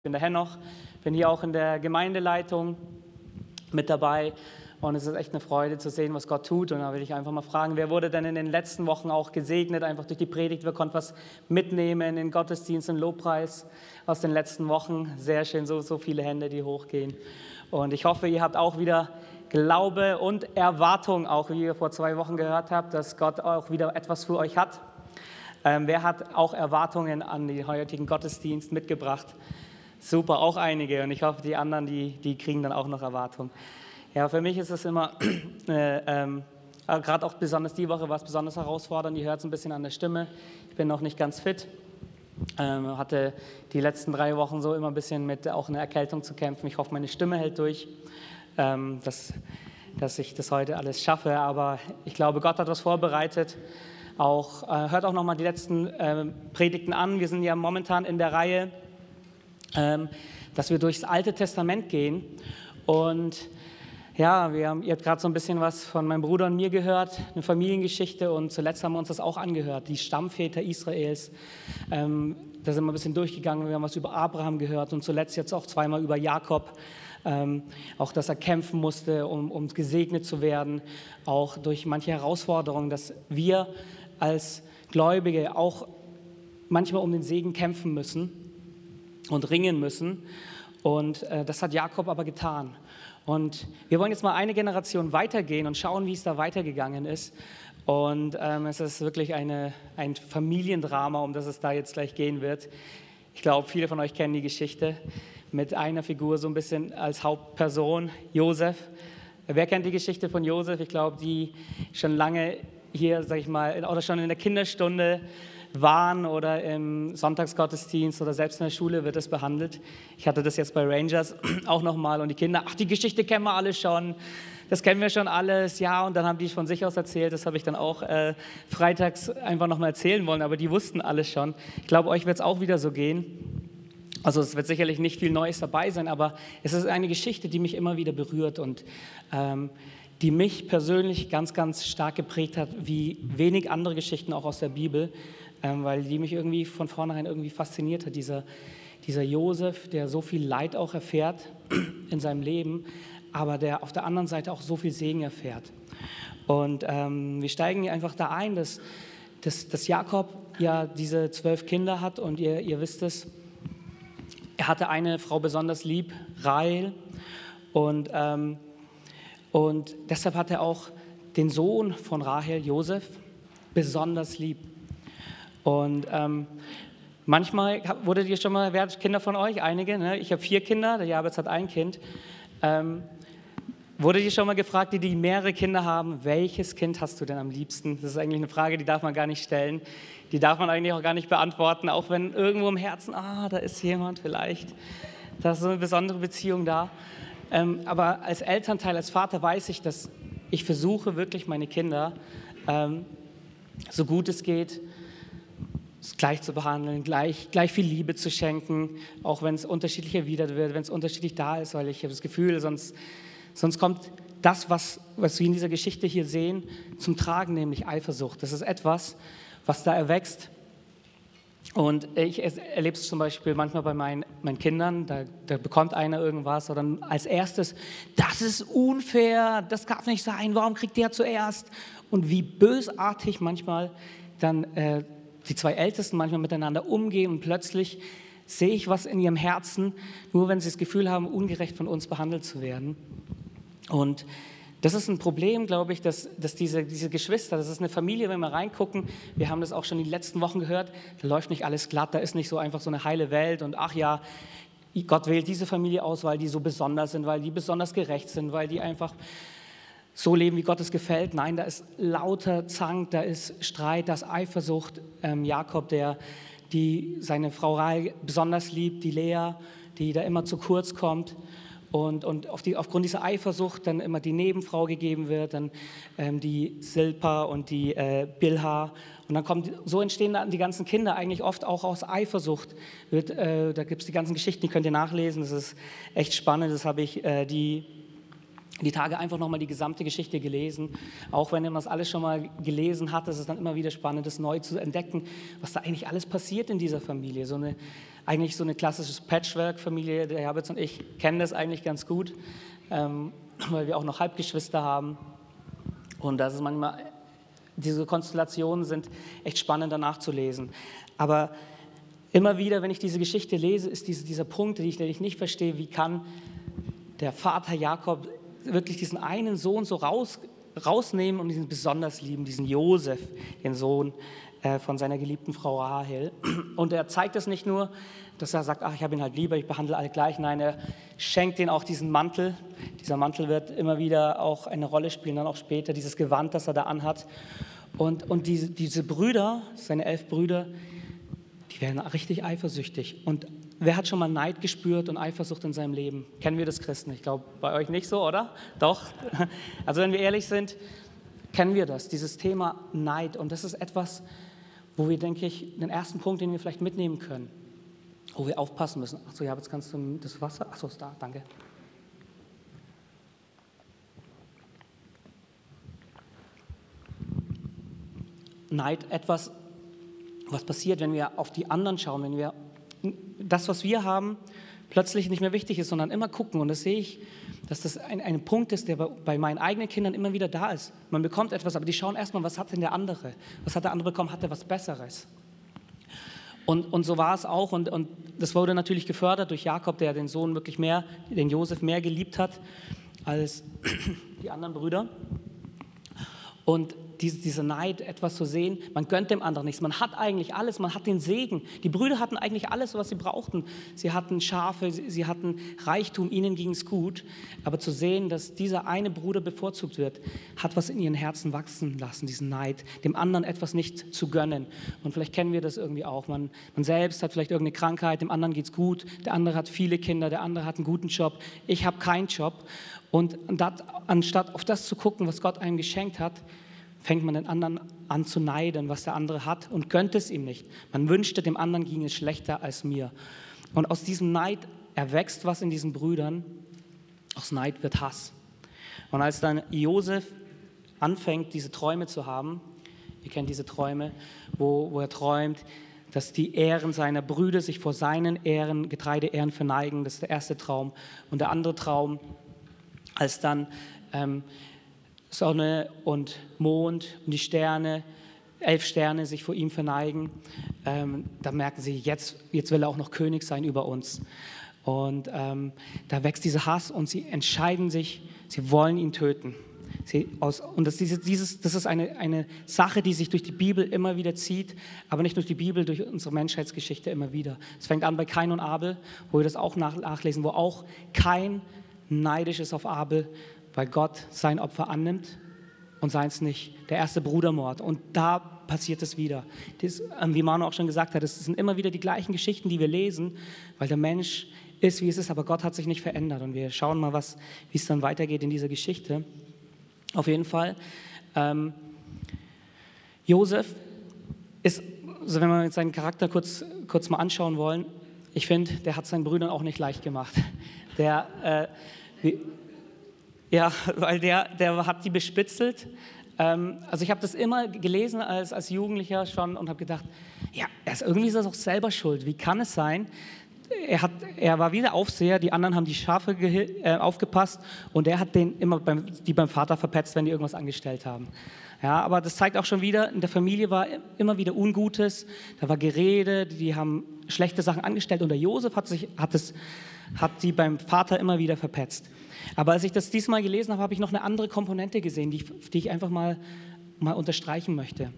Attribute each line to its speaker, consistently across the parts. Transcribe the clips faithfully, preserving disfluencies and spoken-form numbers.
Speaker 1: Ich bin der Henoch, bin hier auch in der Gemeindeleitung mit dabei und es ist echt eine Freude zu sehen, was Gott tut. Und da will ich einfach mal fragen, wer wurde denn in den letzten Wochen auch gesegnet, einfach durch die Predigt, wer konnte was mitnehmen in den Gottesdienst, im Lobpreis aus den letzten Wochen. Sehr schön, so, so viele Hände, die hochgehen. Und ich hoffe, ihr habt auch wieder Glaube und Erwartung, auch wie ihr vor zwei Wochen gehört habt, dass Gott auch wieder etwas für euch hat. Ähm, wer hat auch Erwartungen an den heutigen Gottesdienst mitgebracht? Super, auch einige. Und ich hoffe, die anderen, die, die kriegen dann auch noch Erwartungen. Ja, für mich ist es immer, äh, ähm, gerade auch besonders die Woche war es besonders herausfordernd. Ihr hört es ein bisschen an der Stimme. Ich bin noch nicht ganz fit. Ähm, hatte die letzten drei Wochen so immer ein bisschen mit auch einer Erkältung zu kämpfen. Ich hoffe, meine Stimme hält durch, ähm, dass, dass ich das heute alles schaffe. Aber ich glaube, Gott hat was vorbereitet. Auch, äh, hört auch nochmal die letzten äh, Predigten an. Wir sind ja momentan in der Reihe, ähm, dass wir durchs Alte Testament gehen. Und ja, wir haben, ihr habt gerade so ein bisschen was von meinem Bruder und mir gehört, eine Familiengeschichte. Und zuletzt haben wir uns das auch angehört, die Stammväter Israels. Ähm, da sind wir ein bisschen durchgegangen. Wir haben was über Abraham gehört und zuletzt jetzt auch zweimal über Jakob. Ähm, auch, dass er kämpfen musste, um, um gesegnet zu werden. Auch durch manche Herausforderungen, dass wir als Gläubige auch manchmal um den Segen kämpfen müssen und ringen müssen. Und äh, das hat Jakob aber getan. Und wir wollen jetzt mal eine Generation weitergehen und schauen, wie es da weitergegangen ist. Und ähm, es ist wirklich eine, ein Familiendrama, um das es da jetzt gleich gehen wird. Ich glaube, viele von euch kennen die Geschichte mit einer Figur so ein bisschen als Hauptperson, Josef. Wer kennt die Geschichte von Josef? Ich glaube, die schon lange hier, sag ich mal, oder schon in der Kinderstunde waren oder im Sonntagsgottesdienst oder selbst in der Schule wird es behandelt. Ich hatte das jetzt bei Rangers auch nochmal und die Kinder, ach, die Geschichte kennen wir alle schon, das kennen wir schon alles, ja, und dann haben die von sich aus erzählt, das habe ich dann auch äh, freitags einfach nochmal erzählen wollen, aber die wussten alles schon. Ich glaube, euch wird es auch wieder so gehen. Also es wird sicherlich nicht viel Neues dabei sein, aber es ist eine Geschichte, die mich immer wieder berührt und ähm, die mich persönlich ganz, ganz stark geprägt hat, wie wenig andere Geschichten auch aus der Bibel, ähm, weil die mich irgendwie von vornherein irgendwie fasziniert hat. Dieser, dieser Josef, der so viel Leid auch erfährt in seinem Leben, aber der auf der anderen Seite auch so viel Segen erfährt. Und ähm, wir steigen einfach da ein, dass, dass, dass Jakob ja diese zwölf Kinder hat und ihr, ihr wisst es, er hatte eine Frau besonders lieb, Rahel, und ähm, Und deshalb hat er auch den Sohn von Rahel, Josef, besonders lieb. Und ähm, manchmal, wurdet ihr schon mal, wer hat Kinder von euch? Einige, ne? Ich habe vier Kinder, der Jabez hat ein Kind. Ähm, wurdet ihr schon mal gefragt, die, die mehrere Kinder haben, welches Kind hast du denn am liebsten? Das ist eigentlich eine Frage, die darf man gar nicht stellen. Die darf man eigentlich auch gar nicht beantworten, auch wenn irgendwo im Herzen, ah, da ist jemand vielleicht, da ist so eine besondere Beziehung da. Ähm, aber als Elternteil, als Vater weiß ich, dass ich versuche wirklich meine Kinder, ähm, so gut es geht, gleich zu behandeln, gleich, gleich viel Liebe zu schenken, auch wenn es unterschiedlich erwidert wird, wenn es unterschiedlich da ist, weil ich habe das Gefühl, sonst, sonst kommt das, was, was wir in dieser Geschichte hier sehen, zum Tragen, nämlich Eifersucht. Das ist etwas, was da erwächst. Und ich erlebe es zum Beispiel manchmal bei meinen, meinen Kindern, da, da bekommt einer irgendwas oder dann als erstes, das ist unfair, das darf nicht sein, warum kriegt der zuerst? Und wie bösartig manchmal dann äh, die zwei Ältesten manchmal miteinander umgehen und plötzlich sehe ich was in ihrem Herzen, nur wenn sie das Gefühl haben, ungerecht von uns behandelt zu werden. Und das ist ein Problem, glaube ich, dass, dass diese, diese Geschwister, das ist eine Familie, wenn wir reingucken, wir haben das auch schon die letzten Wochen gehört, da läuft nicht alles glatt, da ist nicht so einfach so eine heile Welt und ach ja, Gott wählt diese Familie aus, weil die so besonders sind, weil die besonders gerecht sind, weil die einfach so leben, wie Gott es gefällt. Nein, da ist lauter Zank, da ist Streit, da ist Eifersucht. Ähm, Jakob, der die seine Frau Rahel besonders liebt, die Lea, die da immer zu kurz kommt. Und, und auf die, aufgrund dieser Eifersucht dann immer die Nebenfrau gegeben wird, dann ähm, die Silpa und die äh, Bilha. Und dann kommt, so entstehen dann die ganzen Kinder eigentlich oft auch aus Eifersucht. Wird, äh, da gibt es die ganzen Geschichten, die könnt ihr nachlesen, das ist echt spannend. Das habe ich äh, die, die Tage einfach nochmal die gesamte Geschichte gelesen. Auch wenn man das alles schon mal gelesen hat, ist es dann immer wieder spannend, das neu zu entdecken, was da eigentlich alles passiert in dieser Familie. So eine eigentlich so eine klassische Patchwork-Familie. Der Herbert und ich kennen das eigentlich ganz gut, ähm, weil wir auch noch Halbgeschwister haben. Und das ist manchmal, diese Konstellationen sind echt spannend danach zu lesen. Aber immer wieder, wenn ich diese Geschichte lese, ist diese, dieser Punkt, den ich, den ich nicht verstehe, wie kann der Vater Jakob wirklich diesen einen Sohn so raus, rausnehmen und diesen besonders lieben, diesen Josef, den Sohn äh, von seiner geliebten Frau Rahel. Und er zeigt es nicht nur, dass er sagt, ach, ich habe ihn halt lieber, ich behandle alle gleich. Nein, er schenkt ihnen auch diesen Mantel. Dieser Mantel wird immer wieder auch eine Rolle spielen, dann auch später, dieses Gewand, das er da anhat. Und, und diese, diese Brüder, seine elf Brüder, die werden richtig eifersüchtig. Und wer hat schon mal Neid gespürt und Eifersucht in seinem Leben? Kennen wir das Christen? Ich glaube, bei euch nicht so, oder? Doch. Also wenn wir ehrlich sind, kennen wir das, dieses Thema Neid. Und das ist etwas, wo wir, denke ich, den ersten Punkt, den wir vielleicht mitnehmen können, wo wir aufpassen müssen. Achso, ja, jetzt kannst du das Wasser. Achso, ist da, danke. Neid, etwas, was passiert, wenn wir auf die anderen schauen, wenn wir das, was wir haben, plötzlich nicht mehr wichtig ist, sondern immer gucken. Und das sehe ich, dass das ein, ein Punkt ist, der bei, bei meinen eigenen Kindern immer wieder da ist. Man bekommt etwas, aber die schauen erstmal, was hat denn der andere? Was hat der andere bekommen? Hat er was Besseres? Und, und so war es auch. Und, und das wurde natürlich gefördert durch Jakob, der den Sohn wirklich mehr, den Josef mehr geliebt hat als die anderen Brüder. Und diese, diese Neid, etwas zu sehen, man gönnt dem anderen nichts. Man hat eigentlich alles, man hat den Segen. Die Brüder hatten eigentlich alles, was sie brauchten. Sie hatten Schafe, sie, sie hatten Reichtum, ihnen ging es gut. Aber zu sehen, dass dieser eine Bruder bevorzugt wird, hat was in ihren Herzen wachsen lassen, diesen Neid, dem anderen etwas nicht zu gönnen. Und vielleicht kennen wir das irgendwie auch. Man, man selbst hat vielleicht irgendeine Krankheit, dem anderen geht es gut, der andere hat viele Kinder, der andere hat einen guten Job, ich habe keinen Job. Und dat, anstatt auf das zu gucken, was Gott einem geschenkt hat, fängt man den anderen an zu neiden, was der andere hat, und gönnt es ihm nicht. Man wünschte, dem anderen ging es schlechter als mir. Und aus diesem Neid erwächst was in diesen Brüdern. Aus Neid wird Hass. Und als dann Josef anfängt, diese Träume zu haben, ihr kennt diese Träume, wo, wo er träumt, dass die Ehren seiner Brüder sich vor seinen Ehren, Getreideehren verneigen, das ist der erste Traum. Und der andere Traum, als dann ähm, Sonne und Mond und die Sterne, elf Sterne sich vor ihm verneigen, ähm, da merken sie, jetzt, jetzt will er auch noch König sein über uns. Und ähm, da wächst dieser Hass und sie entscheiden sich, sie wollen ihn töten. Sie, aus, und das, dieses, dieses, das ist eine, eine Sache, die sich durch die Bibel immer wieder zieht, aber nicht durch die Bibel, durch unsere Menschheitsgeschichte immer wieder. Es fängt an bei Kain und Abel, wo wir das auch nach, nachlesen, wo auch Kain neidisch ist auf Abel, weil Gott sein Opfer annimmt und seins nicht. Der erste Brudermord. Und da passiert es wieder. Das, wie Manu auch schon gesagt hat, es sind immer wieder die gleichen Geschichten, die wir lesen, weil der Mensch ist, wie es ist, aber Gott hat sich nicht verändert. Und wir schauen mal, was, wie es dann weitergeht in dieser Geschichte. Auf jeden Fall. Ähm, Josef ist, also wenn wir jetzt seinen Charakter kurz, kurz mal anschauen wollen, ich finde, der hat seinen Brüdern auch nicht leicht gemacht. Der, äh, wie, Ja, weil der, der hat die bespitzelt. Ähm, also ich habe das immer gelesen als, als Jugendlicher schon und habe gedacht, ja, er ist, irgendwie ist er doch selber schuld. Wie kann es sein? Er, hat, er war wieder Aufseher, die anderen haben die Schafe äh, aufgepasst und er hat den immer beim, die beim Vater verpetzt, wenn die irgendwas angestellt haben. Ja, aber das zeigt auch schon wieder, in der Familie war immer wieder Ungutes, da war Gerede, die haben schlechte Sachen angestellt und der Josef hat, sich, hat, es, hat die beim Vater immer wieder verpetzt. Aber als ich das diesmal gelesen habe, habe ich noch eine andere Komponente gesehen, die, die ich einfach mal, mal unterstreichen möchte.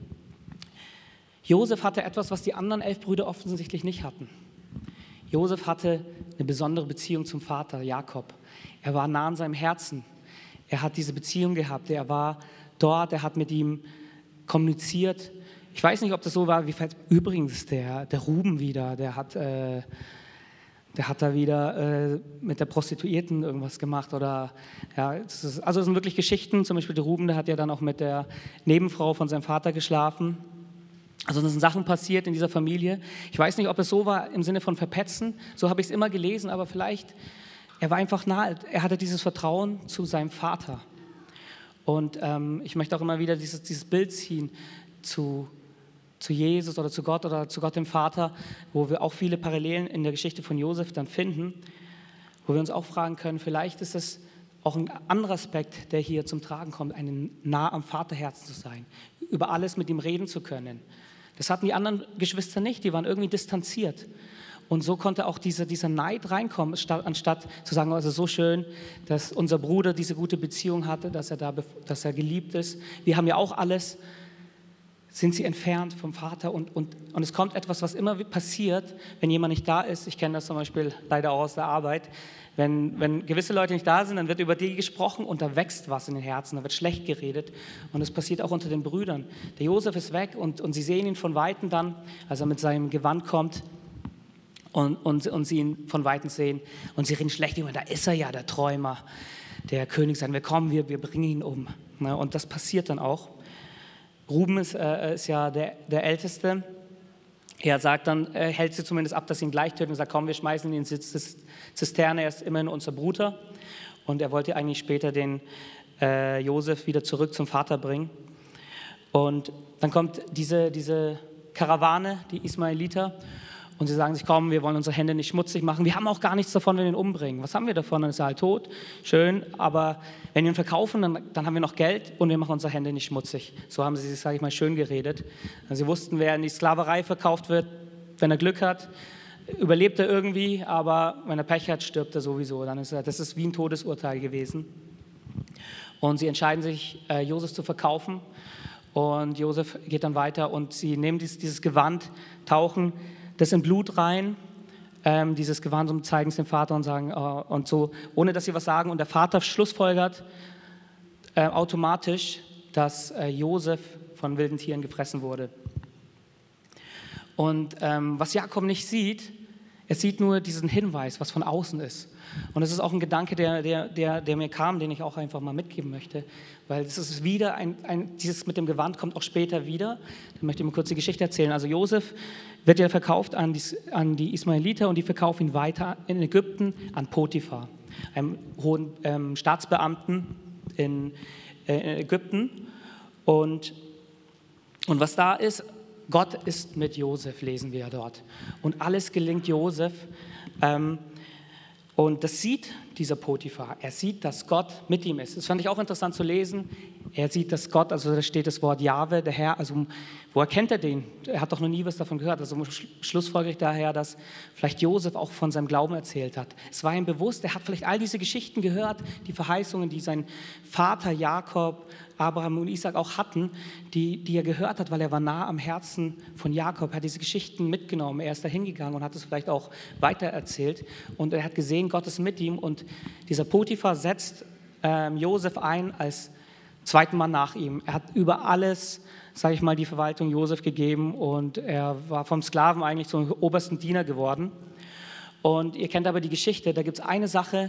Speaker 1: Josef hatte etwas, was die anderen elf Brüder offensichtlich nicht hatten. Josef hatte eine besondere Beziehung zum Vater, Jakob. Er war nah an seinem Herzen. Er hat diese Beziehung gehabt. Er war dort, er hat mit ihm kommuniziert. Ich weiß nicht, ob das so war, wie übrigens der, der Ruben wieder, der hat... Äh, Der hat da wieder äh, mit der Prostituierten irgendwas gemacht. Oder, ja, das ist, also es sind wirklich Geschichten. Zum Beispiel der Ruben, der hat ja dann auch mit der Nebenfrau von seinem Vater geschlafen. Also es sind Sachen passiert in dieser Familie. Ich weiß nicht, ob es so war im Sinne von verpetzen. So habe ich es immer gelesen. Aber vielleicht, er war einfach nah. Er hatte dieses Vertrauen zu seinem Vater. Und ähm, ich möchte auch immer wieder dieses, dieses Bild ziehen zu zu Jesus oder zu Gott oder zu Gott dem Vater, wo wir auch viele Parallelen in der Geschichte von Josef dann finden, wo wir uns auch fragen können, vielleicht ist es auch ein anderer Aspekt, der hier zum Tragen kommt, einen nah am Vaterherzen zu sein, über alles mit ihm reden zu können. Das hatten die anderen Geschwister nicht, die waren irgendwie distanziert. Und so konnte auch dieser, dieser Neid reinkommen, statt, anstatt zu sagen, also so schön, dass unser Bruder diese gute Beziehung hatte, dass er, da, dass er geliebt ist. Wir haben ja auch alles, sind sie entfernt vom Vater. Und, und, und es kommt etwas, was immer passiert, wenn jemand nicht da ist. Ich kenne das zum Beispiel leider auch aus der Arbeit. Wenn, wenn gewisse Leute nicht da sind, dann wird über die gesprochen und da wächst was in den Herzen, da wird schlecht geredet. Und das passiert auch unter den Brüdern. Der Josef ist weg und, und sie sehen ihn von Weitem dann, als er mit seinem Gewand kommt und, und, und sie ihn von Weitem sehen. Und sie reden schlecht über ihn, da ist er ja, der Träumer, der König sein. Wir kommen, wir, wir bringen ihn um. Und das passiert dann auch. Ruben ist, äh, ist ja der, der Älteste. Er sagt dann, er hält sie zumindest ab, dass sie ihn gleich töten und sagt, komm, wir schmeißen ihn in die Zisterne, er ist immerhin unser Bruder. Und er wollte eigentlich später den äh, Josef wieder zurück zum Vater bringen. Und dann kommt diese, diese Karawane, die Ismaeliter, und sie sagen sich, komm, wir wollen unsere Hände nicht schmutzig machen. Wir haben auch gar nichts davon, wenn wir ihn umbringen. Was haben wir davon? Dann ist er halt tot, schön, aber wenn wir ihn verkaufen, dann, dann haben wir noch Geld und wir machen unsere Hände nicht schmutzig. So haben sie sich, sage ich mal, schön geredet. Also sie wussten, wer in die Sklaverei verkauft wird, wenn er Glück hat, überlebt er irgendwie, aber wenn er Pech hat, stirbt er sowieso. Dann ist er, das ist wie ein Todesurteil gewesen. Und sie entscheiden sich, äh, Josef zu verkaufen. Und Josef geht dann weiter und sie nehmen dieses, dieses Gewand, tauchen das in Blut rein, ähm, dieses Gewand, und zeigen es dem Vater und sagen, äh, und so, ohne dass sie was sagen. Und der Vater schlussfolgert äh, automatisch, dass äh, Josef von wilden Tieren gefressen wurde. Und ähm, was Jakob nicht sieht, er sieht nur diesen Hinweis, was von außen ist. Und das ist auch ein Gedanke, der, der, der, der mir kam, den ich auch einfach mal mitgeben möchte, weil es ist wieder, ein, ein, dieses mit dem Gewand kommt auch später wieder. Da möchte ich mal kurz die Geschichte erzählen. Also Josef wird ja verkauft an die, an die Ismaeliter und die verkaufen ihn weiter in Ägypten an Potiphar, einem hohen ähm, Staatsbeamten in, äh, in Ägypten. Und, und was da ist, Gott ist mit Josef, lesen wir ja dort. Und alles gelingt Josef. Ähm, und das sieht dieser Potiphar. Er sieht, dass Gott mit ihm ist. Das fand ich auch interessant zu lesen. Er sieht, dass Gott, also da steht das Wort Jahwe, der Herr, also woher kennt er den? Er hat doch noch nie was davon gehört. Also schlussfolgerlich daher, dass vielleicht Josef auch von seinem Glauben erzählt hat. Es war ihm bewusst, er hat vielleicht all diese Geschichten gehört, die Verheißungen, die sein Vater Jakob, Abraham und Isaac auch hatten, die, die er gehört hat, weil er war nah am Herzen von Jakob. Er hat diese Geschichten mitgenommen, er ist da hingegangen und hat es vielleicht auch weitererzählt. Und er hat gesehen, Gott ist mit ihm. Und dieser Potiphar setzt ähm, Josef ein als zweiten Mann nach ihm. Er hat über alles, sage ich mal, die Verwaltung Josef gegeben und er war vom Sklaven eigentlich zum obersten Diener geworden. Und ihr kennt aber die Geschichte, da gibt es eine Sache,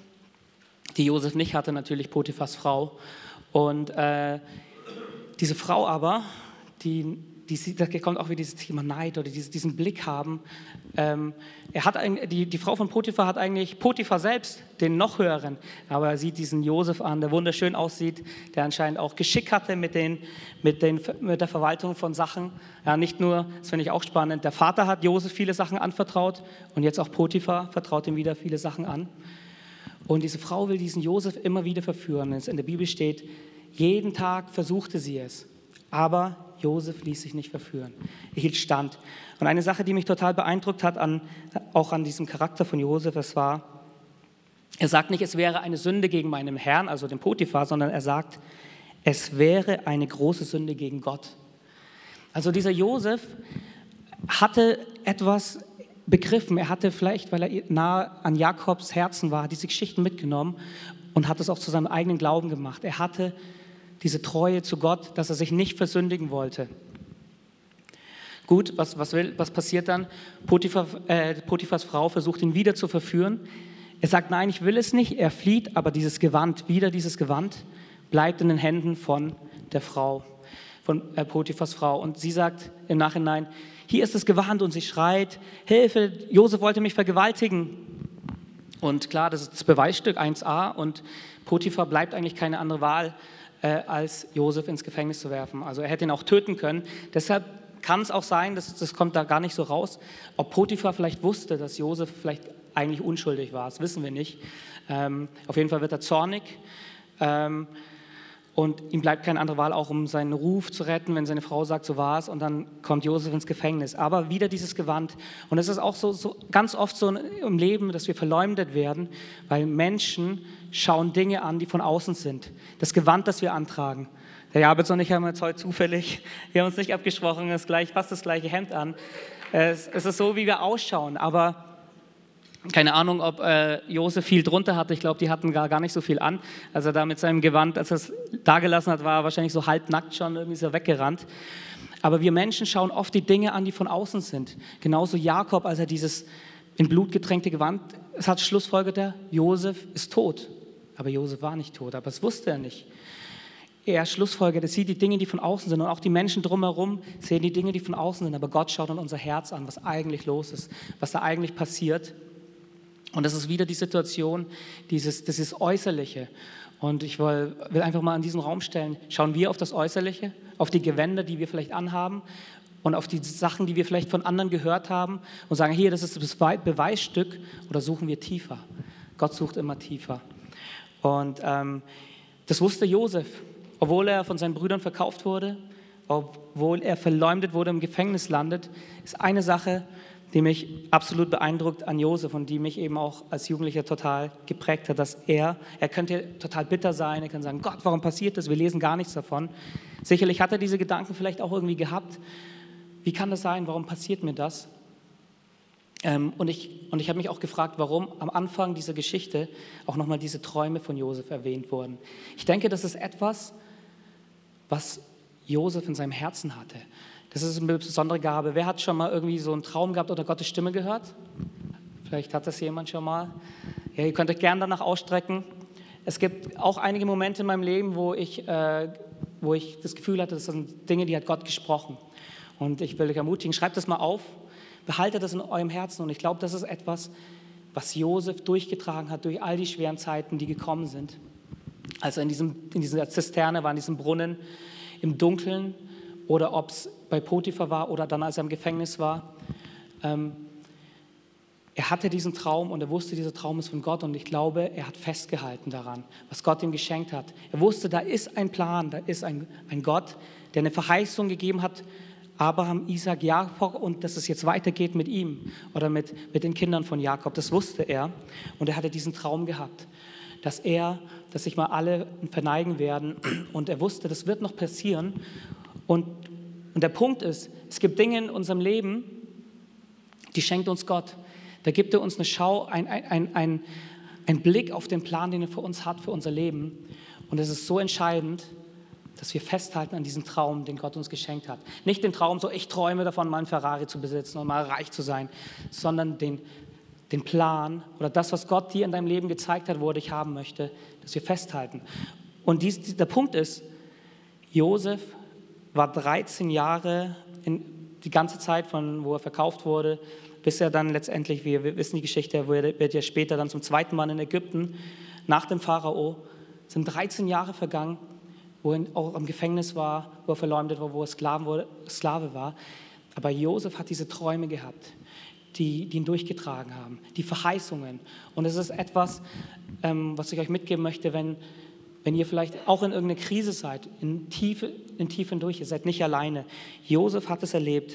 Speaker 1: die Josef nicht hatte, natürlich Potiphars Frau. Und äh, diese Frau aber, die, die sieht, da kommt auch wieder dieses Thema Neid oder dieses, diesen Blick haben. Ähm, er hat die, die Frau von Potiphar hat eigentlich Potiphar selbst, den noch höheren, aber er sieht diesen Josef an, der wunderschön aussieht, der anscheinend auch Geschick hatte mit, den, mit, den, mit der Verwaltung von Sachen. Ja, nicht nur, das finde ich auch spannend, der Vater hat Josef viele Sachen anvertraut und jetzt auch Potiphar vertraut ihm wieder viele Sachen an. Und diese Frau will diesen Josef immer wieder verführen. In der Bibel steht, jeden Tag versuchte sie es, aber Josef ließ sich nicht verführen. Er hielt stand. Und eine Sache, die mich total beeindruckt hat, an, auch an diesem Charakter von Josef, das war, er sagt nicht, es wäre eine Sünde gegen meinen Herrn, also den Potiphar, sondern er sagt, es wäre eine große Sünde gegen Gott. Also dieser Josef hatte etwas begriffen. Er hatte vielleicht, weil er nah an Jakobs Herzen war, diese Geschichten mitgenommen und hat es auch zu seinem eigenen Glauben gemacht. Er hatte diese Treue zu Gott, dass er sich nicht versündigen wollte. Gut, was, was, will, was passiert dann? Potiphar, äh, Potiphars Frau versucht ihn wieder zu verführen. Er sagt, nein, ich will es nicht. Er flieht, aber dieses Gewand, wieder dieses Gewand, bleibt in den Händen von der Frau, von äh, Potiphars Frau. Und sie sagt im Nachhinein, hier ist das Gewand, und sie schreit, Hilfe, Josef wollte mich vergewaltigen. Und klar, das ist das Beweisstück eins a und Potiphar bleibt eigentlich keine andere Wahl, äh, als Josef ins Gefängnis zu werfen. Also er hätte ihn auch töten können. Deshalb kann es auch sein, das, das kommt da gar nicht so raus, ob Potiphar vielleicht wusste, dass Josef vielleicht eigentlich unschuldig war. Das wissen wir nicht. Ähm, auf jeden Fall wird er zornig. Ähm, Und ihm bleibt keine andere Wahl, auch um seinen Ruf zu retten, wenn seine Frau sagt, so war es. Und dann kommt Josef ins Gefängnis. Aber wieder dieses Gewand. Und es ist auch so, so ganz oft so im Leben, dass wir verleumdet werden, weil Menschen schauen Dinge an, die von außen sind. Das Gewand, das wir antragen. Der Jabez und ich haben jetzt heute zufällig, wir haben uns nicht abgesprochen, das gleich, fast das gleiche Hemd an. Es, es ist so, wie wir ausschauen. Aber keine Ahnung, ob äh, Josef viel drunter hatte. Ich glaube, die hatten gar, gar nicht so viel an. Als er da mit seinem Gewand, als er es dagelassen hat, war er wahrscheinlich so halbnackt schon, irgendwie ist er weggerannt. Aber wir Menschen schauen oft die Dinge an, die von außen sind. Genauso Jakob, als er dieses in Blut getränkte Gewand, es hat schlussfolgert er, Josef ist tot. Aber Josef war nicht tot, aber das wusste er nicht. Er schlussfolgert, er sieht die Dinge, die von außen sind, und auch die Menschen drumherum sehen die Dinge, die von außen sind. Aber Gott schaut in unser Herz an, was eigentlich los ist, was da eigentlich passiert. Und das ist wieder die Situation, dieses, dieses Äußerliche. Und ich will, will einfach mal in diesen Raum stellen, schauen wir auf das Äußerliche, auf die Gewänder, die wir vielleicht anhaben und auf die Sachen, die wir vielleicht von anderen gehört haben und sagen, hier, das ist das Beweisstück, oder suchen wir tiefer? Gott sucht immer tiefer. Und ähm, das wusste Josef, obwohl er von seinen Brüdern verkauft wurde, obwohl er verleumdet wurde, im Gefängnis landet, ist eine Sache, die mich absolut beeindruckt an Josef und die mich eben auch als Jugendlicher total geprägt hat, dass er, er könnte total bitter sein, er kann sagen, Gott, warum passiert das? Wir lesen gar nichts davon. Sicherlich hat er diese Gedanken vielleicht auch irgendwie gehabt. Wie kann das sein? Warum passiert mir das? Ähm, und ich, und ich habe mich auch gefragt, warum am Anfang dieser Geschichte auch nochmal diese Träume von Josef erwähnt wurden. Ich denke, das ist etwas, was Josef in seinem Herzen hatte. Das ist eine besondere Gabe. Wer hat schon mal irgendwie so einen Traum gehabt oder Gottes Stimme gehört? Vielleicht hat das jemand schon mal. Ja, ihr könnt euch gerne danach ausstrecken. Es gibt auch einige Momente in meinem Leben, wo ich, äh, wo ich das Gefühl hatte, das sind Dinge, die hat Gott gesprochen. Und ich will euch ermutigen, schreibt das mal auf, behaltet das in eurem Herzen. Und ich glaube, das ist etwas, was Josef durchgetragen hat durch all die schweren Zeiten, die gekommen sind. Als er in, diesem, in dieser Zisterne war, in diesem Brunnen, im Dunkeln, oder ob es bei Potiphar war oder dann, als er im Gefängnis war. Ähm, er hatte diesen Traum und er wusste, dieser Traum ist von Gott, und ich glaube, er hat festgehalten daran, was Gott ihm geschenkt hat. Er wusste, da ist ein Plan, da ist ein, ein Gott, der eine Verheißung gegeben hat, Abraham, Isaac, Jakob, und dass es jetzt weitergeht mit ihm oder mit, mit den Kindern von Jakob. Das wusste er, und er hatte diesen Traum gehabt, dass er, dass sich mal alle verneigen werden, und er wusste, das wird noch passieren. Und, und der Punkt ist, es gibt Dinge in unserem Leben, die schenkt uns Gott. Da gibt er uns eine Schau, ein, ein, ein, ein Blick auf den Plan, den er für uns hat, für unser Leben. Und es ist so entscheidend, dass wir festhalten an diesem Traum, den Gott uns geschenkt hat. Nicht den Traum, so ich träume davon, mal einen Ferrari zu besitzen und mal reich zu sein, sondern den, den Plan oder das, was Gott dir in deinem Leben gezeigt hat, wo er dich haben möchte, dass wir festhalten. Und dies, der Punkt ist, Josef war dreizehn Jahre, in, die ganze Zeit, von wo er verkauft wurde, bis er dann letztendlich, wir, wir wissen die Geschichte, er wird ja später dann zum zweiten Mal in Ägypten, nach dem Pharao, sind dreizehn Jahre vergangen, wo er auch im Gefängnis war, wo er verleumdet war, wo er Sklaven wurde, Sklave war. Aber Josef hat diese Träume gehabt, die, die ihn durchgetragen haben, die Verheißungen. Und es ist etwas, ähm, was ich euch mitgeben möchte, wenn Wenn ihr vielleicht auch in irgendeiner Krise seid, in Tiefe, in Tiefe hindurch, ihr seid nicht alleine. Josef hat es erlebt.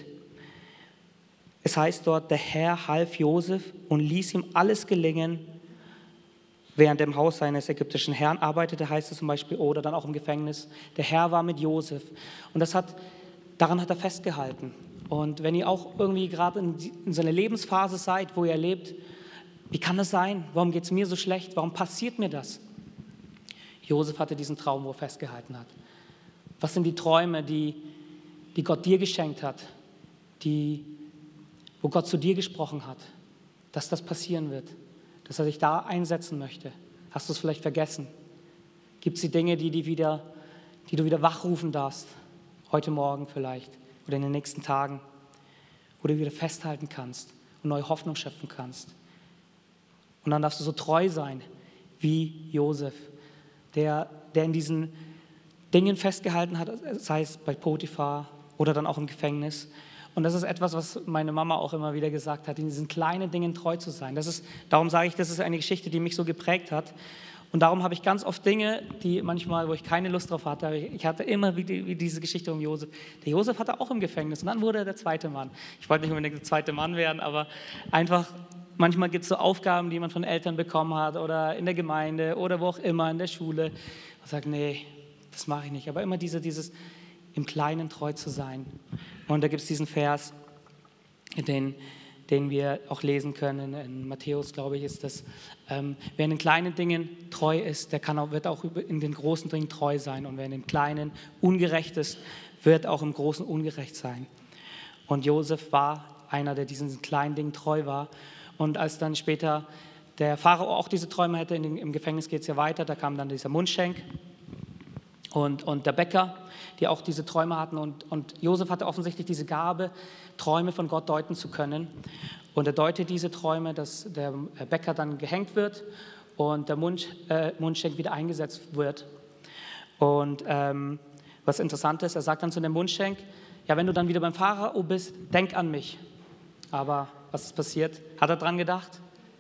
Speaker 1: Es heißt dort, der Herr half Josef und ließ ihm alles gelingen, während er im Haus seines ägyptischen Herrn arbeitete, heißt es zum Beispiel, oder dann auch im Gefängnis. Der Herr war mit Josef. Und das hat, daran hat er festgehalten. Und wenn ihr auch irgendwie gerade in, in so einer Lebensphase seid, wo ihr erlebt, wie kann das sein? Warum geht es mir so schlecht? Warum passiert mir das? Josef hatte diesen Traum, wo er festgehalten hat. Was sind die Träume, die, die Gott dir geschenkt hat, die, wo Gott zu dir gesprochen hat, dass das passieren wird, dass er dich da einsetzen möchte? Hast du es vielleicht vergessen? Gibt es die Dinge, die, die, wieder, die du wieder wachrufen darfst, heute Morgen vielleicht oder in den nächsten Tagen, wo du wieder festhalten kannst und neue Hoffnung schöpfen kannst? Und dann darfst du so treu sein wie Josef, der, der in diesen Dingen festgehalten hat, sei es bei Potiphar oder dann auch im Gefängnis. Und das ist etwas, was meine Mama auch immer wieder gesagt hat, in diesen kleinen Dingen treu zu sein. Das ist, darum sage ich, das ist eine Geschichte, die mich so geprägt hat. Und darum habe ich ganz oft Dinge, die manchmal, wo ich keine Lust drauf hatte, ich hatte immer wie, die, wie diese Geschichte um Josef. Der Josef hatte auch im Gefängnis und dann wurde er der zweite Mann. Ich wollte nicht unbedingt der zweite Mann werden, aber einfach, manchmal gibt es so Aufgaben, die man von Eltern bekommen hat oder in der Gemeinde oder wo auch immer, in der Schule. Man sagt, nee, das mache ich nicht. Aber immer diese, dieses im Kleinen treu zu sein. Und da gibt es diesen Vers, den, den wir auch lesen können. In Matthäus, glaube ich, ist das, ähm, wer in den kleinen Dingen treu ist, der kann auch, wird auch in den großen Dingen treu sein. Und wer in den kleinen ungerecht ist, wird auch im Großen ungerecht sein. Und Josef war einer, der diesen kleinen Dingen treu war. Und als dann später der Pharao auch diese Träume hatte, in den, im Gefängnis geht es ja weiter, da kam dann dieser Mundschenk und, und der Bäcker, die auch diese Träume hatten. Und, und Josef hatte offensichtlich diese Gabe, Träume von Gott deuten zu können. Und er deutet diese Träume, dass der Bäcker dann gehängt wird und der Mund, äh, Mundschenk wieder eingesetzt wird. Und ähm, was interessant ist, er sagt dann zu dem Mundschenk, ja, wenn du dann wieder beim Pharao bist, denk an mich. Aber was ist passiert? Hat er dran gedacht?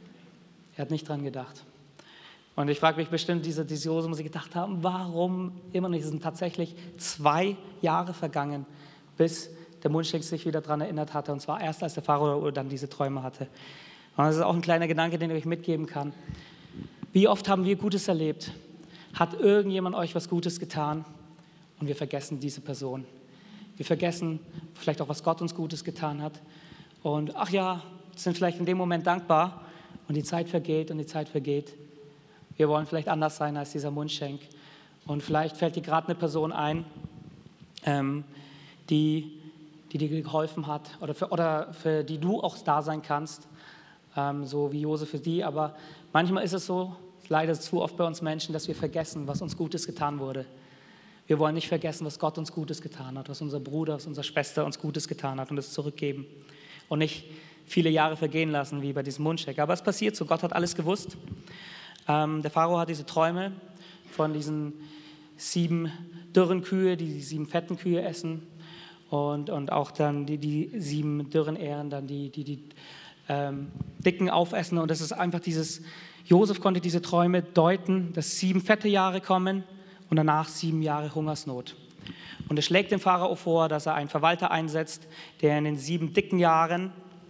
Speaker 1: Er hat nicht dran gedacht. Und ich frage mich bestimmt, diese, diese Josef muss sich gedacht haben, warum immer nicht? Es sind tatsächlich zwei Jahre vergangen, bis der Mundschenk sich wieder daran erinnert hatte. Und zwar erst, als der Pharao dann diese Träume hatte. Und das ist auch ein kleiner Gedanke, den ich euch mitgeben kann. Wie oft haben wir Gutes erlebt? Hat irgendjemand euch was Gutes getan? Und wir vergessen diese Person. Wir vergessen vielleicht auch, was Gott uns Gutes getan hat. Und ach ja, sind vielleicht in dem Moment dankbar. Und die Zeit vergeht und die Zeit vergeht. Wir wollen vielleicht anders sein als dieser Mundschenk. Und vielleicht fällt dir gerade eine Person ein, ähm, die, die dir geholfen hat oder für, oder für die du auch da sein kannst, ähm, so wie Josef für die. Aber manchmal ist es so, leider zu oft bei uns Menschen, dass wir vergessen, was uns Gutes getan wurde. Wir wollen nicht vergessen, was Gott uns Gutes getan hat, was unser Bruder, was unsere Schwester uns Gutes getan hat und es zurückgeben. Und nicht viele Jahre vergehen lassen, wie bei diesem Mundschenk. Aber es passiert so, Gott hat alles gewusst. Ähm, der Pharao hat diese Träume von diesen sieben dürren Kühe, die, die sieben fetten Kühe essen und, und auch dann die, die sieben dürren Ähren, dann die, die, die ähm, dicken aufessen. Und das ist einfach dieses, Josef konnte diese Träume deuten, dass sieben fette Jahre kommen und danach sieben Jahre Hungersnot. Und er schlägt dem Pharao vor, dass er einen Verwalter einsetzt, der in den sieben dicken Jahren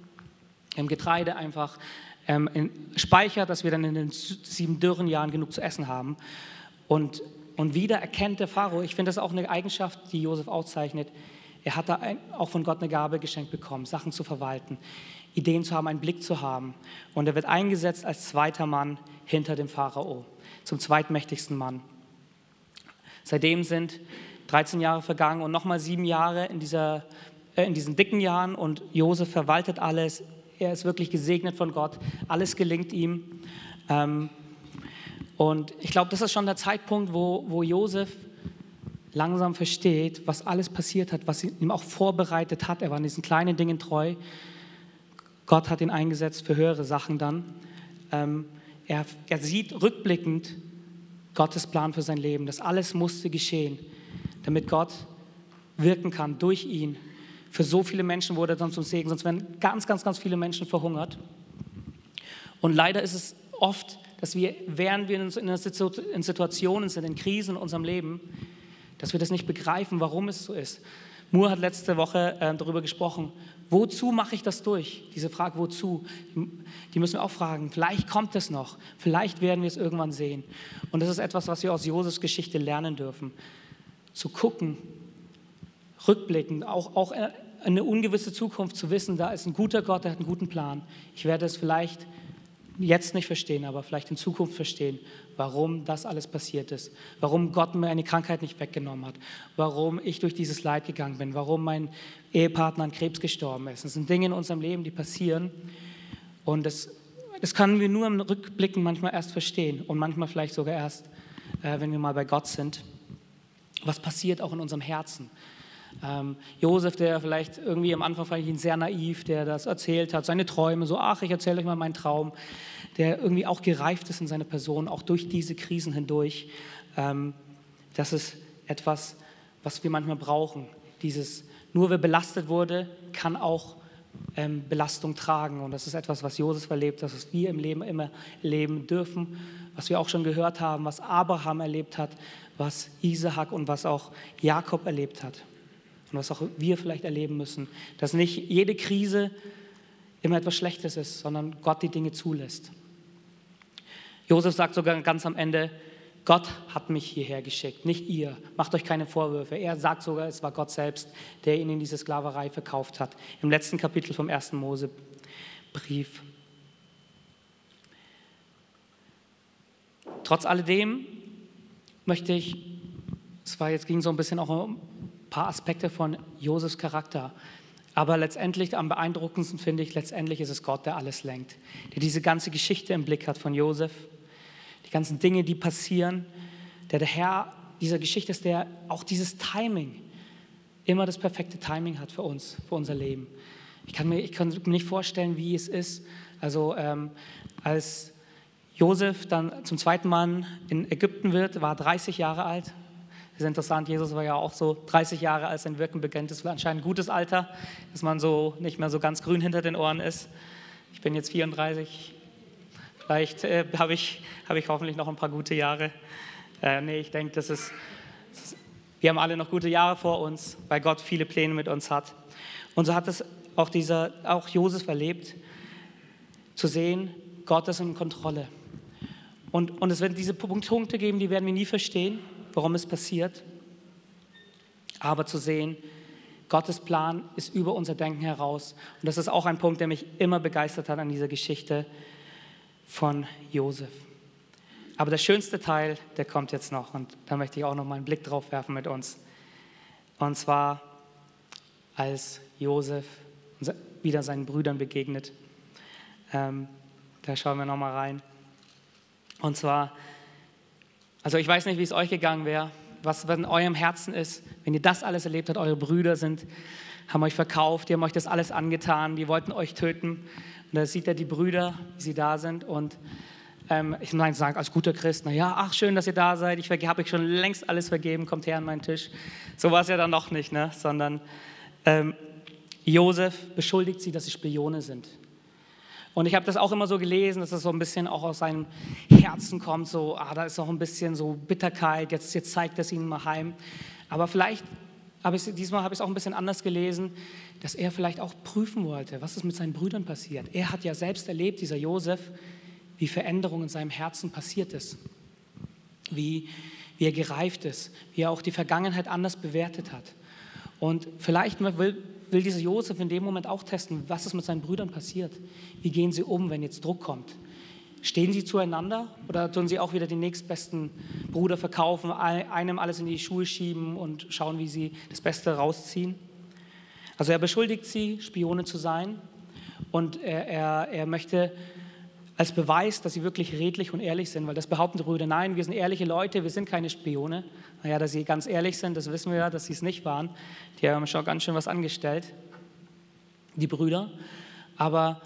Speaker 1: im Getreide einfach ähm, in, speichert, dass wir dann in den sieben dürren Jahren genug zu essen haben. Und, und wieder erkennt der Pharao, ich finde das auch eine Eigenschaft, die Josef auszeichnet, er hat da ein, auch von Gott eine Gabe geschenkt bekommen, Sachen zu verwalten, Ideen zu haben, einen Blick zu haben. Und er wird eingesetzt als zweiter Mann hinter dem Pharao, zum zweitmächtigsten Mann. Seitdem sind dreizehn Jahre vergangen und nochmal sieben Jahre in, dieser, äh, in diesen dicken Jahren und Josef verwaltet alles. Er ist wirklich gesegnet von Gott. Alles gelingt ihm. Ähm, und ich glaube, das ist schon der Zeitpunkt, wo, wo Josef langsam versteht, was alles passiert hat, was ihm auch vorbereitet hat. Er war in diesen kleinen Dingen treu. Gott hat ihn eingesetzt für höhere Sachen dann. Ähm, er, er sieht rückblickend Gottes Plan für sein Leben. Das alles musste geschehen, damit Gott wirken kann durch ihn. Für so viele Menschen wurde er dann zum Segen, sonst wären ganz, ganz, ganz viele Menschen verhungert. Und leider ist es oft, dass wir, während wir in Situationen sind, in Krisen in unserem Leben, dass wir das nicht begreifen, warum es so ist. Moore hat letzte Woche äh, darüber gesprochen, wozu mache ich das durch? Diese Frage, wozu, die müssen wir auch fragen. Vielleicht kommt es noch, vielleicht werden wir es irgendwann sehen. Und das ist etwas, was wir aus Josefs Geschichte lernen dürfen. Zu gucken, rückblickend, auch, auch eine ungewisse Zukunft zu wissen, da ist ein guter Gott, der hat einen guten Plan. Ich werde es vielleicht jetzt nicht verstehen, aber vielleicht in Zukunft verstehen, warum das alles passiert ist, warum Gott mir eine Krankheit nicht weggenommen hat, warum ich durch dieses Leid gegangen bin, warum mein Ehepartner an Krebs gestorben ist. Das sind Dinge in unserem Leben, die passieren und das, das können wir nur im Rückblicken manchmal erst verstehen und manchmal vielleicht sogar erst, äh, wenn wir mal bei Gott sind. Was passiert auch in unserem Herzen? Ähm, Josef, der vielleicht irgendwie am Anfang fand ich ihn sehr naiv, der das erzählt hat, seine Träume, so ach, ich erzähle euch mal meinen Traum, der irgendwie auch gereift ist in seiner Person, auch durch diese Krisen hindurch. Ähm, das ist etwas, was wir manchmal brauchen, dieses nur wer belastet wurde, kann auch ähm, Belastung tragen. Und das ist etwas, was Josef erlebt, das was wir im Leben immer erleben dürfen, was wir auch schon gehört haben, was Abraham erlebt hat, was Isaak und was auch Jakob erlebt hat. Und was auch wir vielleicht erleben müssen, dass nicht jede Krise immer etwas Schlechtes ist, sondern Gott die Dinge zulässt. Josef sagt sogar ganz am Ende, Gott hat mich hierher geschickt, nicht ihr. Macht euch keine Vorwürfe. Er sagt sogar, es war Gott selbst, der ihn in diese Sklaverei verkauft hat. Im letzten Kapitel vom ersten Mosebrief. Trotz alledem möchte ich, es war jetzt ging so ein bisschen auch um ein paar Aspekte von Josefs Charakter, aber letztendlich am beeindruckendsten finde ich, letztendlich ist es Gott, der alles lenkt, der diese ganze Geschichte im Blick hat von Josef, die ganzen Dinge, die passieren, der der Herr dieser Geschichte ist, der auch dieses Timing, immer das perfekte Timing hat für uns, für unser Leben. Ich kann mir, ich kann mir nicht vorstellen, wie es ist, also ähm, als Josef dann zum zweiten Mal in Ägypten wird, war dreißig Jahre alt. Das ist interessant, Jesus war ja auch so dreißig Jahre, als sein Wirken begann. Das war anscheinend ein gutes Alter, dass man so nicht mehr so ganz grün hinter den Ohren ist. Ich bin jetzt vierunddreißig, vielleicht äh, habe ich, hab ich hoffentlich noch ein paar gute Jahre. Äh, nee, ich denke, das ist, das ist, wir haben alle noch gute Jahre vor uns, weil Gott viele Pläne mit uns hat. Und so hat es auch, dieser, auch Josef erlebt, zu sehen, Gott ist in Kontrolle. Und, und es wird diese Punkte geben, die werden wir nie verstehen, warum es passiert. Aber zu sehen, Gottes Plan ist über unser Denken heraus. Und das ist auch ein Punkt, der mich immer begeistert hat an dieser Geschichte von Josef. Aber der schönste Teil, der kommt jetzt noch. Und da möchte ich auch noch mal einen Blick drauf werfen mit uns. Und zwar, als Josef wieder seinen Brüdern begegnet. Ähm, da schauen wir noch mal rein. Und zwar, also ich weiß nicht, wie es euch gegangen wäre, was in eurem Herzen ist, wenn ihr das alles erlebt habt, eure Brüder sind, haben euch verkauft, die haben euch das alles angetan, die wollten euch töten. Und da sieht er die Brüder, wie sie da sind. Und ähm, ich meine, sagen als guter Christ, na ja, ach schön, dass ihr da seid, ich habe euch schon längst alles vergeben, kommt her an meinen Tisch. So war es ja dann noch nicht, ne? Sondern ähm, Josef beschuldigt sie, dass sie Spione sind. Und ich habe das auch immer so gelesen, dass das so ein bisschen auch aus seinem Herzen kommt, so, ah, da ist auch ein bisschen so Bitterkeit, jetzt, jetzt zeigt es ihnen mal heim. Aber vielleicht, habe ich, diesmal habe ich es auch ein bisschen anders gelesen, dass er vielleicht auch prüfen wollte, was ist mit seinen Brüdern passiert. Er hat ja selbst erlebt, dieser Josef, wie Veränderung in seinem Herzen passiert ist, wie, wie er gereift ist, wie er auch die Vergangenheit anders bewertet hat. Und vielleicht will, will dieser Josef in dem Moment auch testen, was ist mit seinen Brüdern passiert. Wie gehen sie um, wenn jetzt Druck kommt? Stehen sie zueinander oder tun sie auch wieder den nächstbesten Bruder verkaufen, einem alles in die Schuhe schieben und schauen, wie sie das Beste rausziehen? Also er beschuldigt sie, Spione zu sein, und er, er, er möchte als Beweis, dass sie wirklich redlich und ehrlich sind, weil das behaupten die Brüder, nein, wir sind ehrliche Leute, wir sind keine Spione. Naja, dass sie ganz ehrlich sind, das wissen wir ja, dass sie es nicht waren. Die haben schon ganz schön was angestellt, die Brüder. Aber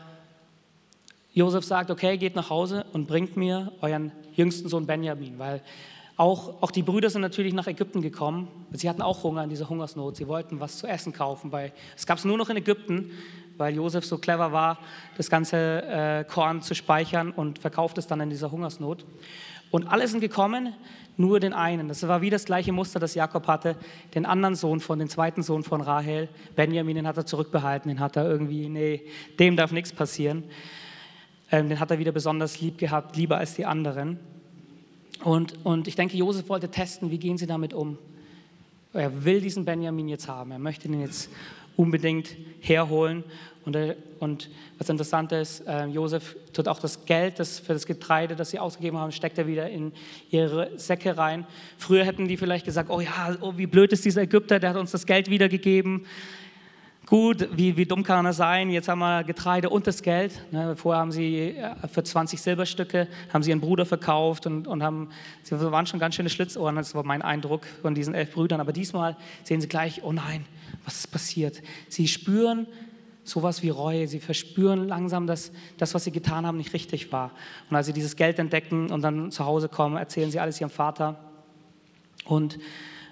Speaker 1: Josef sagt, okay, geht nach Hause und bringt mir euren jüngsten Sohn Benjamin, weil auch, auch die Brüder sind natürlich nach Ägypten gekommen. Sie hatten auch Hunger in dieser Hungersnot. Sie wollten was zu essen kaufen, weil es gab es nur noch in Ägypten, weil Josef so clever war, das ganze äh, Korn zu speichern, und verkauft es dann in dieser Hungersnot. Und alle sind gekommen, nur den einen. Das war wie das gleiche Muster, das Jakob hatte. Den anderen Sohn von, den zweiten Sohn von Rahel, Benjamin, den hat er zurückbehalten. Den hat er irgendwie, nee, dem darf nichts passieren. Ähm, den hat er wieder besonders lieb gehabt, lieber als die anderen. Und, und ich denke, Josef wollte testen, wie gehen sie damit um. Er will diesen Benjamin jetzt haben. Er möchte ihn jetzt unbedingt herholen. Und, und was interessant ist, äh, Josef tut auch das Geld das für das Getreide, das sie ausgegeben haben, steckt er wieder in ihre Säcke rein. Früher hätten die vielleicht gesagt, oh ja, oh, wie blöd ist dieser Ägypter, der hat uns das Geld wiedergegeben. Gut, wie, wie dumm kann er sein, jetzt haben wir Getreide und das Geld. Ne, vorher haben sie für zwanzig Silberstücke, haben sie ihren Bruder verkauft und, und haben, sie waren schon ganz schöne Schlitzohren, das war mein Eindruck von diesen elf Brüdern. Aber diesmal sehen sie gleich, oh nein, was ist passiert? Sie spüren sowas wie Reue, sie verspüren langsam, dass das, was sie getan haben, nicht richtig war. Und als sie dieses Geld entdecken und dann zu Hause kommen, erzählen sie alles ihrem Vater. Und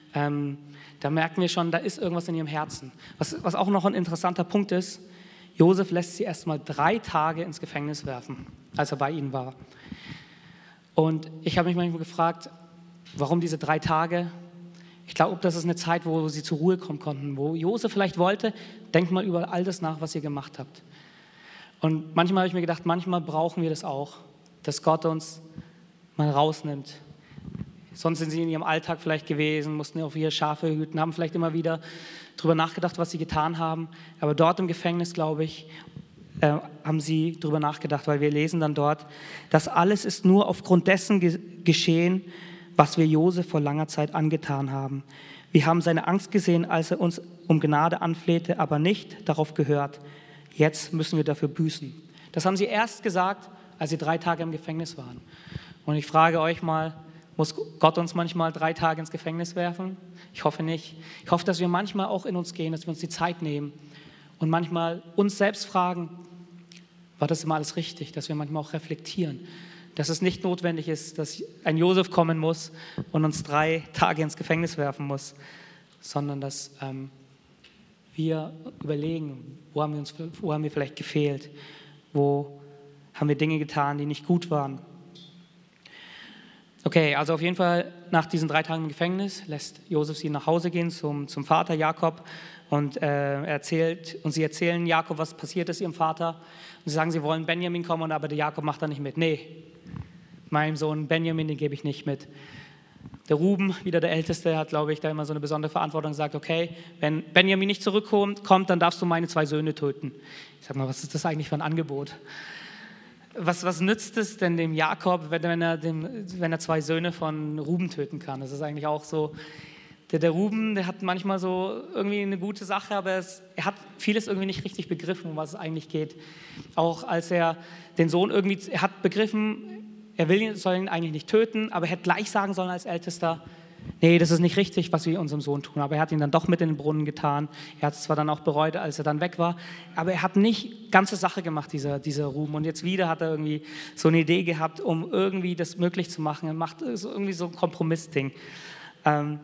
Speaker 1: ähm, da merken wir schon, da ist irgendwas in ihrem Herzen. Was, was auch noch ein interessanter Punkt ist, Josef lässt sie erst mal drei Tage ins Gefängnis werfen, als er bei ihnen war. Und ich habe mich manchmal gefragt, warum diese drei Tage? Ich glaube, das ist eine Zeit, wo sie zur Ruhe kommen konnten, wo Josef vielleicht wollte, denkt mal über all das nach, was ihr gemacht habt. Und manchmal habe ich mir gedacht, manchmal brauchen wir das auch, dass Gott uns mal rausnimmt. Sonst sind sie in ihrem Alltag vielleicht gewesen, mussten auf ihre Schafe hüten, haben vielleicht immer wieder darüber nachgedacht, was sie getan haben. Aber dort im Gefängnis, glaube ich, äh, haben sie darüber nachgedacht, weil wir lesen dann dort, das alles ist nur aufgrund dessen ge- geschehen, was wir Josef vor langer Zeit angetan haben. Wir haben seine Angst gesehen, als er uns um Gnade anflehte, aber nicht darauf gehört. Jetzt müssen wir dafür büßen. Das haben sie erst gesagt, als sie drei Tage im Gefängnis waren. Und ich frage euch mal, muss Gott uns manchmal drei Tage ins Gefängnis werfen? Ich hoffe nicht. Ich hoffe, dass wir manchmal auch in uns gehen, dass wir uns die Zeit nehmen und manchmal uns selbst fragen, war das immer alles richtig? Dass wir manchmal auch reflektieren. Dass es nicht notwendig ist, dass ein Josef kommen muss und uns drei Tage ins Gefängnis werfen muss, sondern dass ähm, wir überlegen, wo haben wir, uns, wo haben wir vielleicht gefehlt, wo haben wir Dinge getan, die nicht gut waren. Okay, also auf jeden Fall nach diesen drei Tagen im Gefängnis lässt Josef sie nach Hause gehen zum, zum Vater Jakob und, äh, erzählt, und sie erzählen Jakob, was passiert ist ihrem Vater. Und sie sagen, sie wollen Benjamin kommen, aber der Jakob macht da nicht mit. Nee, meinem Sohn Benjamin, den gebe ich nicht mit. Der Ruben, wieder der Älteste, hat, glaube ich, da immer so eine besondere Verantwortung und sagt, okay, wenn Benjamin nicht zurückkommt, kommt, dann darfst du meine zwei Söhne töten. Ich sage mal, was ist das eigentlich für ein Angebot? Was, was nützt es denn dem Jakob, wenn, wenn, er dem, wenn er zwei Söhne von Ruben töten kann? Das ist eigentlich auch so, der, der Ruben, der hat manchmal so irgendwie eine gute Sache, aber es, er hat vieles irgendwie nicht richtig begriffen, um was es eigentlich geht. Auch als er den Sohn irgendwie, er hat begriffen, er will ihn, soll ihn eigentlich nicht töten, aber er hätte gleich sagen sollen als Ältester, nee, das ist nicht richtig, was wir unserem Sohn tun. Aber er hat ihn dann doch mit in den Brunnen getan. Er hat es zwar dann auch bereut, als er dann weg war, aber er hat nicht ganze Sache gemacht, dieser, dieser Ruben. Und jetzt wieder hat er irgendwie so eine Idee gehabt, um irgendwie das möglich zu machen. Er macht so irgendwie so ein Kompromissding. Ähm,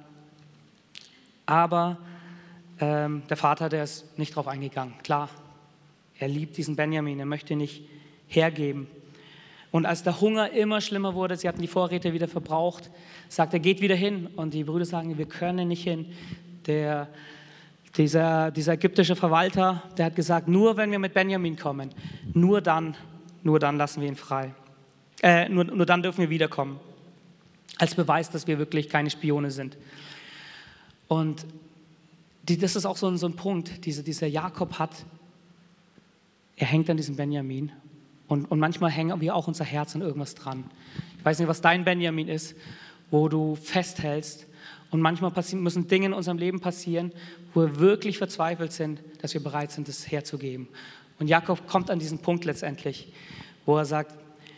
Speaker 1: aber ähm, der Vater, der ist nicht drauf eingegangen. Klar, er liebt diesen Benjamin, er möchte ihn nicht hergeben. Und als der Hunger immer schlimmer wurde, sie hatten die Vorräte wieder verbraucht, sagt er, geht wieder hin. Und die Brüder sagen, wir können nicht hin. Der, dieser, dieser ägyptische Verwalter, der hat gesagt, nur wenn wir mit Benjamin kommen, nur dann, nur dann lassen wir ihn frei. Äh, nur, nur dann dürfen wir wiederkommen. Als Beweis, dass wir wirklich keine Spione sind. Und die, das ist auch so ein, so ein Punkt, diese, dieser Jakob hat, er hängt an diesem Benjamin. Und, und manchmal hängen wir auch unser Herz an irgendwas dran. Ich weiß nicht, was dein Benjamin ist, wo du festhältst. Und manchmal müssen Dinge in unserem Leben passieren, wo wir wirklich verzweifelt sind, dass wir bereit sind, das herzugeben. Und Jakob kommt an diesen Punkt letztendlich, wo er sagt,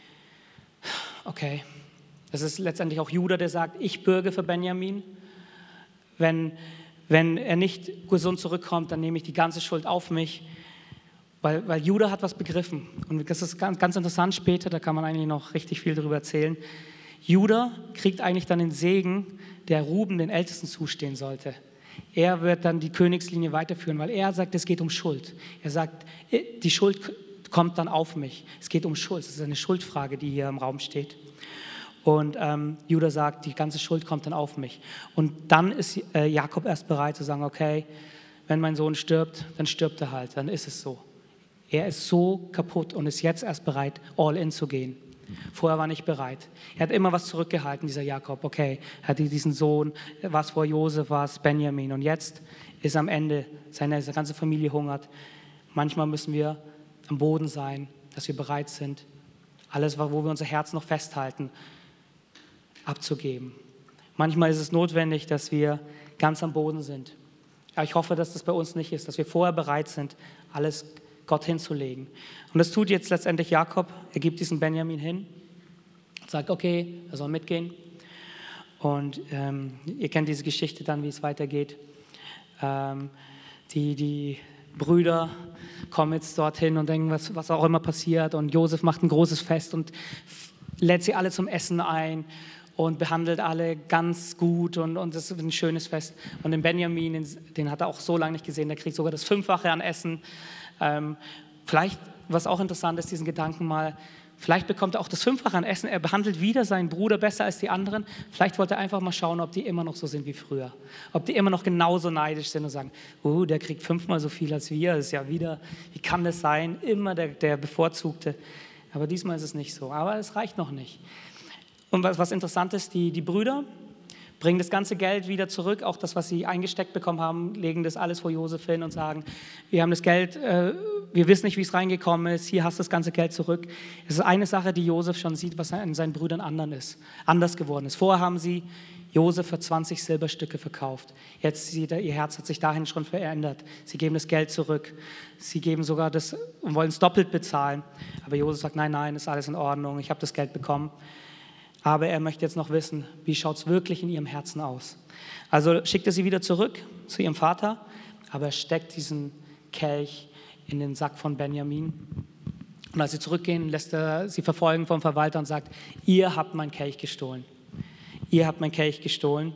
Speaker 1: okay, das ist letztendlich auch Judah, der sagt, ich bürge für Benjamin. Wenn, wenn er nicht gesund zurückkommt, dann nehme ich die ganze Schuld auf mich. Weil, weil Judah hat was begriffen. Und das ist ganz, ganz interessant später, da kann man eigentlich noch richtig viel darüber erzählen. Judah kriegt eigentlich dann den Segen, der Ruben, den Ältesten, zustehen sollte. Er wird dann die Königslinie weiterführen, weil er sagt, es geht um Schuld. Er sagt, die Schuld kommt dann auf mich. Es geht um Schuld. Das ist eine Schuldfrage, die hier im Raum steht. Und ähm, Judah sagt, die ganze Schuld kommt dann auf mich. Und dann ist äh, Jakob erst bereit zu sagen, okay, wenn mein Sohn stirbt, dann stirbt er halt, dann ist es so. Er ist so kaputt und ist jetzt erst bereit, all in zu gehen. Vorher war er nicht bereit. Er hat immer was zurückgehalten, dieser Jakob. Okay, er hatte diesen Sohn, was vor Josef war, es Benjamin. Und jetzt ist am Ende, seine, seine ganze Familie hungert. Manchmal müssen wir am Boden sein, dass wir bereit sind, alles, wo wir unser Herz noch festhalten, abzugeben. Manchmal ist es notwendig, dass wir ganz am Boden sind. Aber ich hoffe, dass das bei uns nicht ist, dass wir vorher bereit sind, alles Gott hinzulegen. Und das tut jetzt letztendlich Jakob. Er gibt diesen Benjamin hin und sagt, okay, er soll mitgehen. Und ähm, ihr kennt diese Geschichte dann, wie es weitergeht. Ähm, die, die Brüder kommen jetzt dorthin und denken, was, was auch immer passiert. Und Josef macht ein großes Fest und lädt sie alle zum Essen ein. und behandelt alle ganz gut und, und das ist ein schönes Fest. Und den Benjamin, den hat er auch so lange nicht gesehen, der kriegt sogar das Fünffache an Essen. Ähm, vielleicht, was auch interessant ist, diesen Gedanken mal, vielleicht bekommt er auch das Fünffache an Essen, er behandelt wieder seinen Bruder besser als die anderen. Vielleicht wollte er einfach mal schauen, ob die immer noch so sind wie früher. Ob die immer noch genauso neidisch sind und sagen, oh, der kriegt fünfmal so viel als wir, das ist ja wieder, wie kann das sein, immer der, der Bevorzugte. Aber diesmal ist es nicht so, aber es reicht noch nicht. Und was, was interessant ist, die, die Brüder bringen das ganze Geld wieder zurück, auch das, was sie eingesteckt bekommen haben, legen das alles vor Josef hin und sagen, wir haben das Geld, äh, wir wissen nicht, wie es reingekommen ist, hier hast du das ganze Geld zurück. Es ist eine Sache, die Josef schon sieht, was an seinen Brüdern anderen ist, anders geworden ist. Vorher haben sie Josef für zwanzig Silberstücke verkauft. Jetzt sieht er, ihr Herz hat sich dahin schon verändert. Sie geben das Geld zurück. Sie geben sogar das und wollen es doppelt bezahlen. Aber Josef sagt, nein, nein, ist alles in Ordnung, ich habe das Geld bekommen. Aber er möchte jetzt noch wissen, wie schaut es wirklich in ihrem Herzen aus. Also schickt er sie wieder zurück zu ihrem Vater, aber er steckt diesen Kelch in den Sack von Benjamin. Und als sie zurückgehen, lässt er sie verfolgen vom Verwalter und sagt, ihr habt meinen Kelch gestohlen. Ihr habt meinen Kelch gestohlen.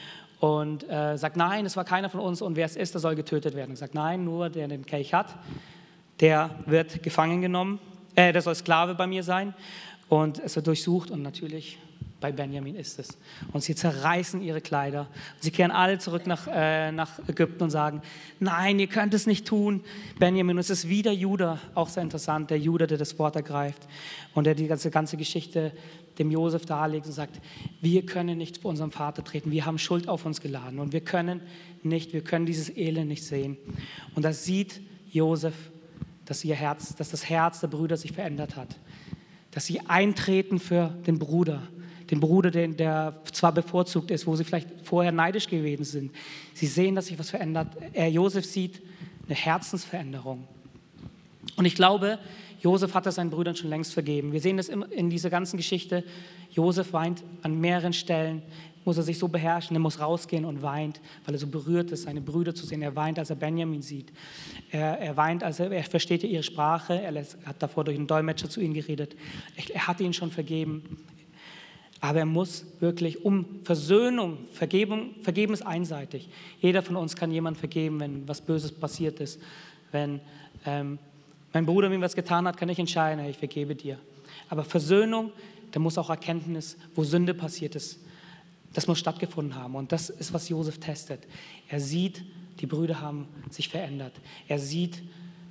Speaker 1: Und äh, sagt, nein, es war keiner von uns und wer es ist, der soll getötet werden. Und sagt, nein, nur der den Kelch hat, der wird gefangen genommen, äh, der soll Sklave bei mir sein. Und es wird durchsucht und natürlich bei Benjamin ist es. Und sie zerreißen ihre Kleider. Sie kehren alle zurück nach, äh, nach Ägypten und sagen, nein, ihr könnt es nicht tun, Benjamin. Und es ist wieder Juda, auch sehr interessant, der Juda, der das Wort ergreift und der die ganze, ganze Geschichte dem Josef darlegt und sagt, wir können nicht vor unserem Vater treten, wir haben Schuld auf uns geladen und wir können nicht, wir können dieses Elend nicht sehen. Und das sieht Josef, dass ihr Herz, dass das Herz der Brüder sich verändert hat. Dass sie eintreten für den Bruder, den Bruder, den, der zwar bevorzugt ist, wo sie vielleicht vorher neidisch gewesen sind. Sie sehen, dass sich was verändert. Er, Josef sieht eine Herzensveränderung. Und ich glaube, Josef hat das seinen Brüdern schon längst vergeben. Wir sehen das in dieser ganzen Geschichte. Josef weint an mehreren Stellen, muss er sich so beherrschen, er muss rausgehen und weint, weil er so berührt ist, seine Brüder zu sehen. Er weint, als er Benjamin sieht. Er, er weint, als er, er versteht ja ihre Sprache. Er lässt, hat davor durch einen Dolmetscher zu ihnen geredet. Er hat ihnen schon vergeben. Aber er muss wirklich um Versöhnung, Vergebung, vergeben ist einseitig. Jeder von uns kann jemandem vergeben, wenn was Böses passiert ist. Wenn ähm, mein Bruder mir was getan hat, kann ich entscheiden, ich vergebe dir. Aber Versöhnung, da muss auch Erkenntnis, wo Sünde passiert ist, das muss stattgefunden haben. Und das ist, was Josef testet. Er sieht, die Brüder haben sich verändert. Er sieht,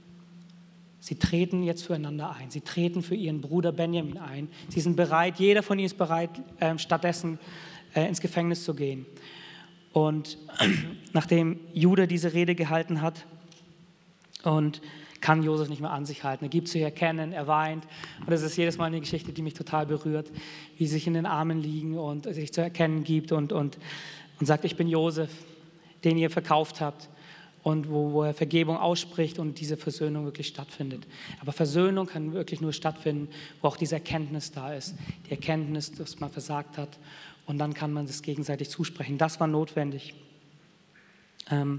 Speaker 1: sie treten jetzt füreinander ein. Sie treten für ihren Bruder Benjamin ein. Sie sind bereit, jeder von ihnen ist bereit, äh, stattdessen äh, ins Gefängnis zu gehen. Und nachdem Judah diese Rede gehalten hat und kann Josef nicht mehr an sich halten. Er gibt zu erkennen, er weint. Und das ist jedes Mal eine Geschichte, die mich total berührt, wie sie sich in den Armen liegen und sich zu erkennen gibt und, und, und sagt, ich bin Josef, den ihr verkauft habt. Und wo, wo er Vergebung ausspricht und diese Versöhnung wirklich stattfindet. Aber Versöhnung kann wirklich nur stattfinden, wo auch diese Erkenntnis da ist. Die Erkenntnis, dass man versagt hat. Und dann kann man das gegenseitig zusprechen. Das war notwendig. Ähm,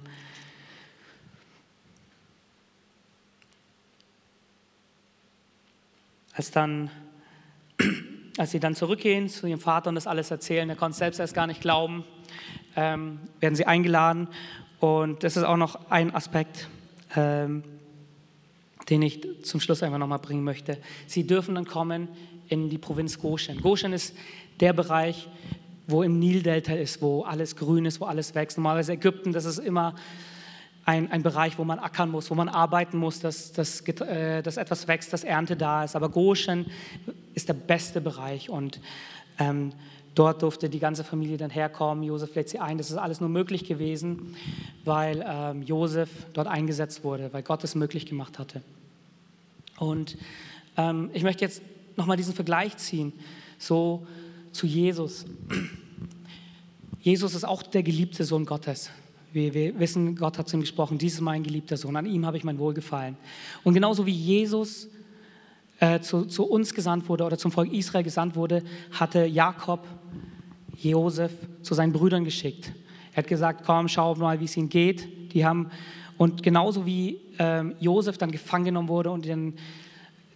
Speaker 1: Als, dann, als sie dann zurückgehen zu ihrem Vater und das alles erzählen, er konnte es selbst erst gar nicht glauben, ähm, werden sie eingeladen. Und das ist auch noch ein Aspekt, ähm, den ich zum Schluss einfach nochmal bringen möchte. Sie dürfen dann kommen in die Provinz Goshen. Goshen ist der Bereich, wo im Nildelta ist, wo alles grün ist, wo alles wächst. Normalerweise Ägypten, das ist immer Ein, ein Bereich, wo man ackern muss, wo man arbeiten muss, dass, dass, äh, dass etwas wächst, dass Ernte da ist. Aber Goshen ist der beste Bereich und ähm, dort durfte die ganze Familie dann herkommen. Josef lädt sie ein. Das ist alles nur möglich gewesen, weil ähm, Josef dort eingesetzt wurde, weil Gott es möglich gemacht hatte. Und ähm, ich möchte jetzt nochmal diesen Vergleich ziehen, so zu Jesus. Jesus ist auch der geliebte Sohn Gottes. Wir, wir wissen, Gott hat zu ihm gesprochen, dies ist mein geliebter Sohn, an ihm habe ich mein Wohlgefallen. Und genauso wie Jesus äh, zu, zu uns gesandt wurde oder zum Volk Israel gesandt wurde, hatte Jakob Josef zu seinen Brüdern geschickt. Er hat gesagt, komm, schau mal, wie es ihnen geht. Die haben, und genauso wie ähm, Josef dann gefangen genommen wurde und den,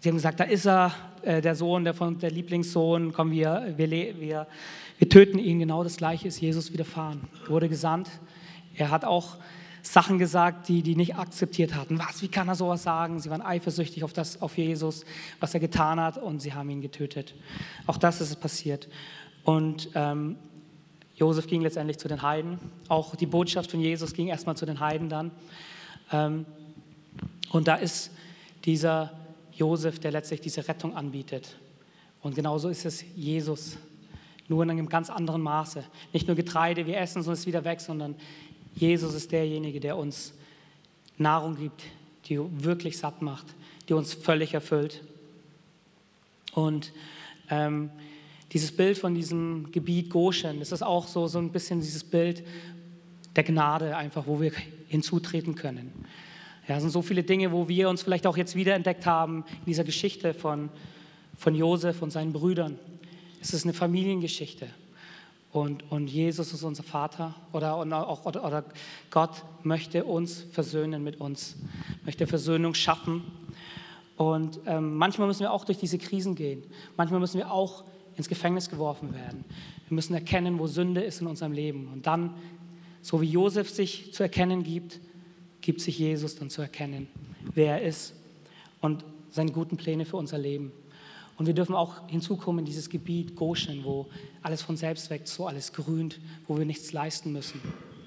Speaker 1: sie haben gesagt, da ist er, äh, der Sohn, der, von, der Lieblingssohn, komm, wir, wir, wir, wir töten ihn. Genau das Gleiche ist Jesus widerfahren. Er wurde gesandt. Er hat auch Sachen gesagt, die die nicht akzeptiert hatten. Was, wie kann er sowas sagen? Sie waren eifersüchtig auf, das, auf Jesus, was er getan hat, und sie haben ihn getötet. Auch das ist passiert. Und ähm, Josef ging letztendlich zu den Heiden. Auch die Botschaft von Jesus ging erstmal zu den Heiden dann. Ähm, und da ist dieser Josef, der letztlich diese Rettung anbietet. Und genauso ist es Jesus, nur in einem ganz anderen Maße. Nicht nur Getreide, wir essen es und es ist wieder weg, sondern Jesus ist derjenige, der uns Nahrung gibt, die wirklich satt macht, die uns völlig erfüllt. Und ähm, dieses Bild von diesem Gebiet Goshen, das ist auch so, so ein bisschen dieses Bild der Gnade einfach, wo wir hinzutreten können. Ja, es sind so viele Dinge, wo wir uns vielleicht auch jetzt wiederentdeckt haben in dieser Geschichte von, von Josef und seinen Brüdern. Es ist eine Familiengeschichte. Und, und Jesus ist unser Vater oder, auch, oder, oder Gott möchte uns versöhnen mit uns, möchte Versöhnung schaffen. Und ähm, manchmal müssen wir auch durch diese Krisen gehen. Manchmal müssen wir auch ins Gefängnis geworfen werden. Wir müssen erkennen, wo Sünde ist in unserem Leben. Und dann, so wie Josef sich zu erkennen gibt, gibt sich Jesus dann zu erkennen, wer er ist und seine guten Pläne für unser Leben. Und wir dürfen auch hinzukommen in dieses Gebiet Goshen, wo alles von selbst wächst, wo alles grünt, wo wir nichts leisten müssen.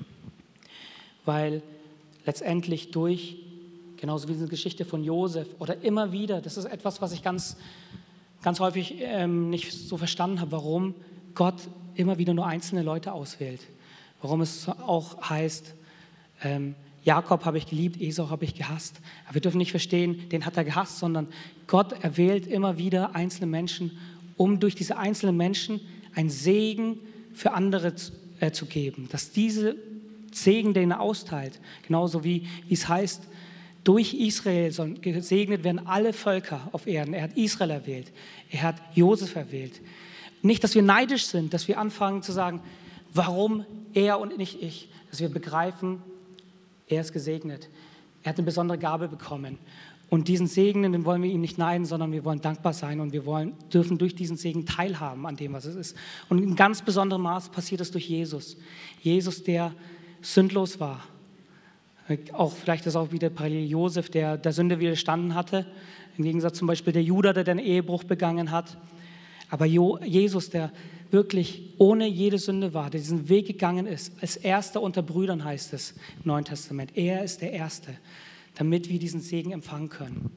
Speaker 1: Weil letztendlich durch, genauso wie diese Geschichte von Josef oder immer wieder, das ist etwas, was ich ganz, ganz häufig ähm, nicht so verstanden habe, warum Gott immer wieder nur einzelne Leute auswählt. Warum es auch heißt, ähm, Jakob habe ich geliebt, Esau habe ich gehasst. Aber wir dürfen nicht verstehen, den hat er gehasst, sondern Gott erwählt immer wieder einzelne Menschen, um durch diese einzelnen Menschen einen Segen für andere zu, äh, zu geben. Dass diese Segen, den er austeilt, genauso wie, wie es heißt, durch Israel sollen gesegnet werden alle Völker auf Erden. Er hat Israel erwählt, er hat Josef erwählt. Nicht, dass wir neidisch sind, dass wir anfangen zu sagen, warum er und nicht ich, dass wir begreifen, er ist gesegnet. Er hat eine besondere Gabe bekommen. Und diesen Segen, den wollen wir ihm nicht neiden, sondern wir wollen dankbar sein und wir wollen, dürfen durch diesen Segen teilhaben an dem, was es ist. Und in ganz besonderem Maß passiert es durch Jesus. Jesus, der sündlos war. Auch vielleicht ist auch wieder parallel Josef, der der Sünde widerstanden hatte. Im Gegensatz zum Beispiel der Judah, der den Ehebruch begangen hat. Aber Jo- Jesus, der wirklich ohne jede Sünde war, der diesen Weg gegangen ist, als Erster unter Brüdern heißt es im Neuen Testament. Er ist der Erste, damit wir diesen Segen empfangen können.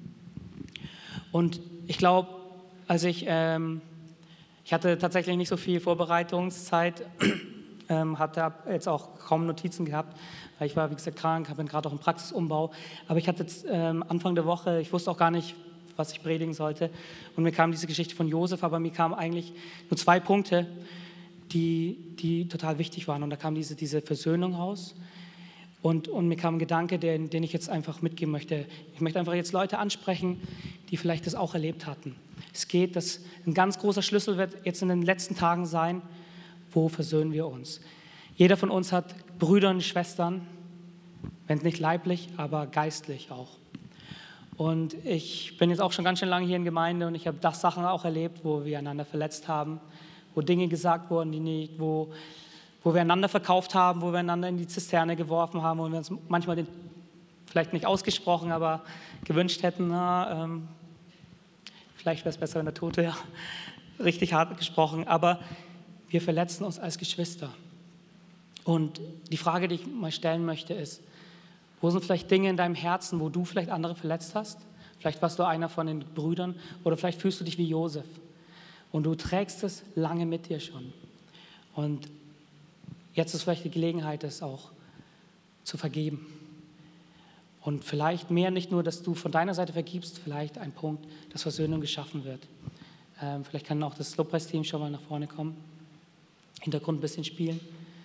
Speaker 1: Und ich glaube, als ich, ähm, ich hatte tatsächlich nicht so viel Vorbereitungszeit, ähm, hatte jetzt auch kaum Notizen gehabt, weil ich war, wie gesagt, krank, bin gerade auch im Praxisumbau. Aber ich hatte jetzt ähm, Anfang der Woche, ich wusste auch gar nicht, was ich predigen sollte. Und mir kam diese Geschichte von Josef, aber mir kamen eigentlich nur zwei Punkte, die, die total wichtig waren. Und da kam diese, diese Versöhnung raus. Und, und mir kam ein Gedanke, den, den ich jetzt einfach mitgeben möchte. Ich möchte einfach jetzt Leute ansprechen, die vielleicht das auch erlebt hatten. Es geht, dass ein ganz großer Schlüssel wird jetzt in den letzten Tagen sein, wo versöhnen wir uns. Jeder von uns hat Brüder und Schwestern, wenn nicht leiblich, aber geistlich auch. Und ich bin jetzt auch schon ganz schön lange hier in Gemeinde und ich habe das Sachen auch erlebt, wo wir einander verletzt haben, wo Dinge gesagt wurden, die nicht, wo, wo wir einander verkauft haben, wo wir einander in die Zisterne geworfen haben, wo wir uns manchmal den, vielleicht nicht ausgesprochen, aber gewünscht hätten, na, ähm, vielleicht wäre es besser, wenn der Tote ja richtig hart gesprochen, aber wir verletzen uns als Geschwister. Und die Frage, die ich mal stellen möchte, ist, wo sind vielleicht Dinge in deinem Herzen, wo du vielleicht andere verletzt hast? Vielleicht warst du einer von den Brüdern oder vielleicht fühlst du dich wie Josef. Und du trägst es lange mit dir schon. Und jetzt ist vielleicht die Gelegenheit, es auch zu vergeben. Und vielleicht mehr nicht nur, dass du von deiner Seite vergibst, vielleicht ein Punkt, dass Versöhnung geschaffen wird. Ähm, vielleicht kann auch das Lobpreisteam schon mal nach vorne kommen, Hintergrund ein bisschen spielen.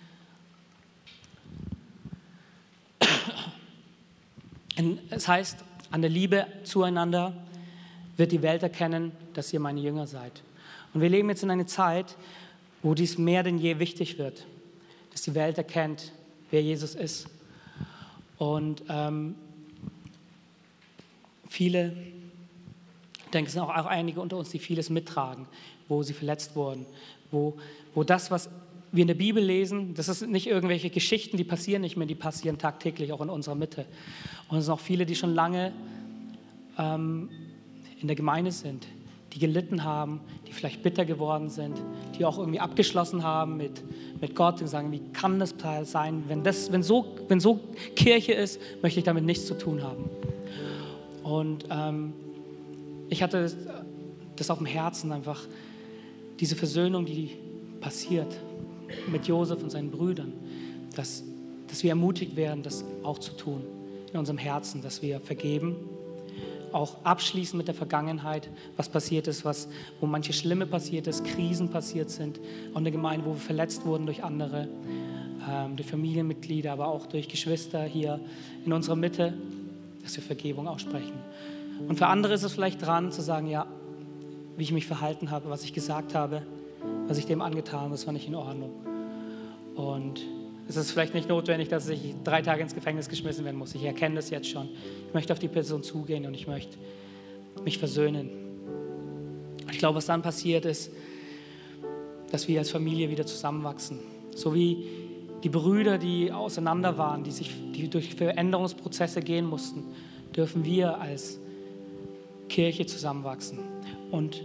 Speaker 1: Es heißt, an der Liebe zueinander wird die Welt erkennen, dass ihr meine Jünger seid. Und wir leben jetzt in einer Zeit, wo dies mehr denn je wichtig wird, dass die Welt erkennt, wer Jesus ist. Und ähm, viele Ich denke, es sind auch einige unter uns, die vieles mittragen, wo sie verletzt wurden, wo, wo das, was wir in der Bibel lesen, das sind nicht irgendwelche Geschichten, die passieren nicht mehr, die passieren tagtäglich auch in unserer Mitte. Und es sind auch viele, die schon lange ähm, in der Gemeinde sind, die gelitten haben, die vielleicht bitter geworden sind, die auch irgendwie abgeschlossen haben mit, mit Gott und sagen, wie kann das sein, wenn, das, wenn, so, wenn so Kirche ist, möchte ich damit nichts zu tun haben. Und ähm, ich hatte das, das auf dem Herzen, einfach diese Versöhnung, die passiert mit Josef und seinen Brüdern, dass, dass wir ermutigt werden, das auch zu tun in unserem Herzen, dass wir vergeben, auch abschließen mit der Vergangenheit, was passiert ist, was, wo manche Schlimme passiert ist, Krisen passiert sind, auch in der Gemeinde, wo wir verletzt wurden durch andere, ähm, durch Familienmitglieder, aber auch durch Geschwister hier in unserer Mitte, dass wir Vergebung aussprechen. Und für andere ist es vielleicht dran, zu sagen, ja, wie ich mich verhalten habe, was ich gesagt habe, was ich dem angetan habe, das war nicht in Ordnung. Und es ist vielleicht nicht notwendig, dass ich drei Tage ins Gefängnis geschmissen werden muss. Ich erkenne das jetzt schon. Ich möchte auf die Person zugehen und ich möchte mich versöhnen. Ich glaube, was dann passiert ist, dass wir als Familie wieder zusammenwachsen. So wie die Brüder, die auseinander waren, die, sich, die durch Veränderungsprozesse gehen mussten, dürfen wir als Kirche zusammenwachsen. Und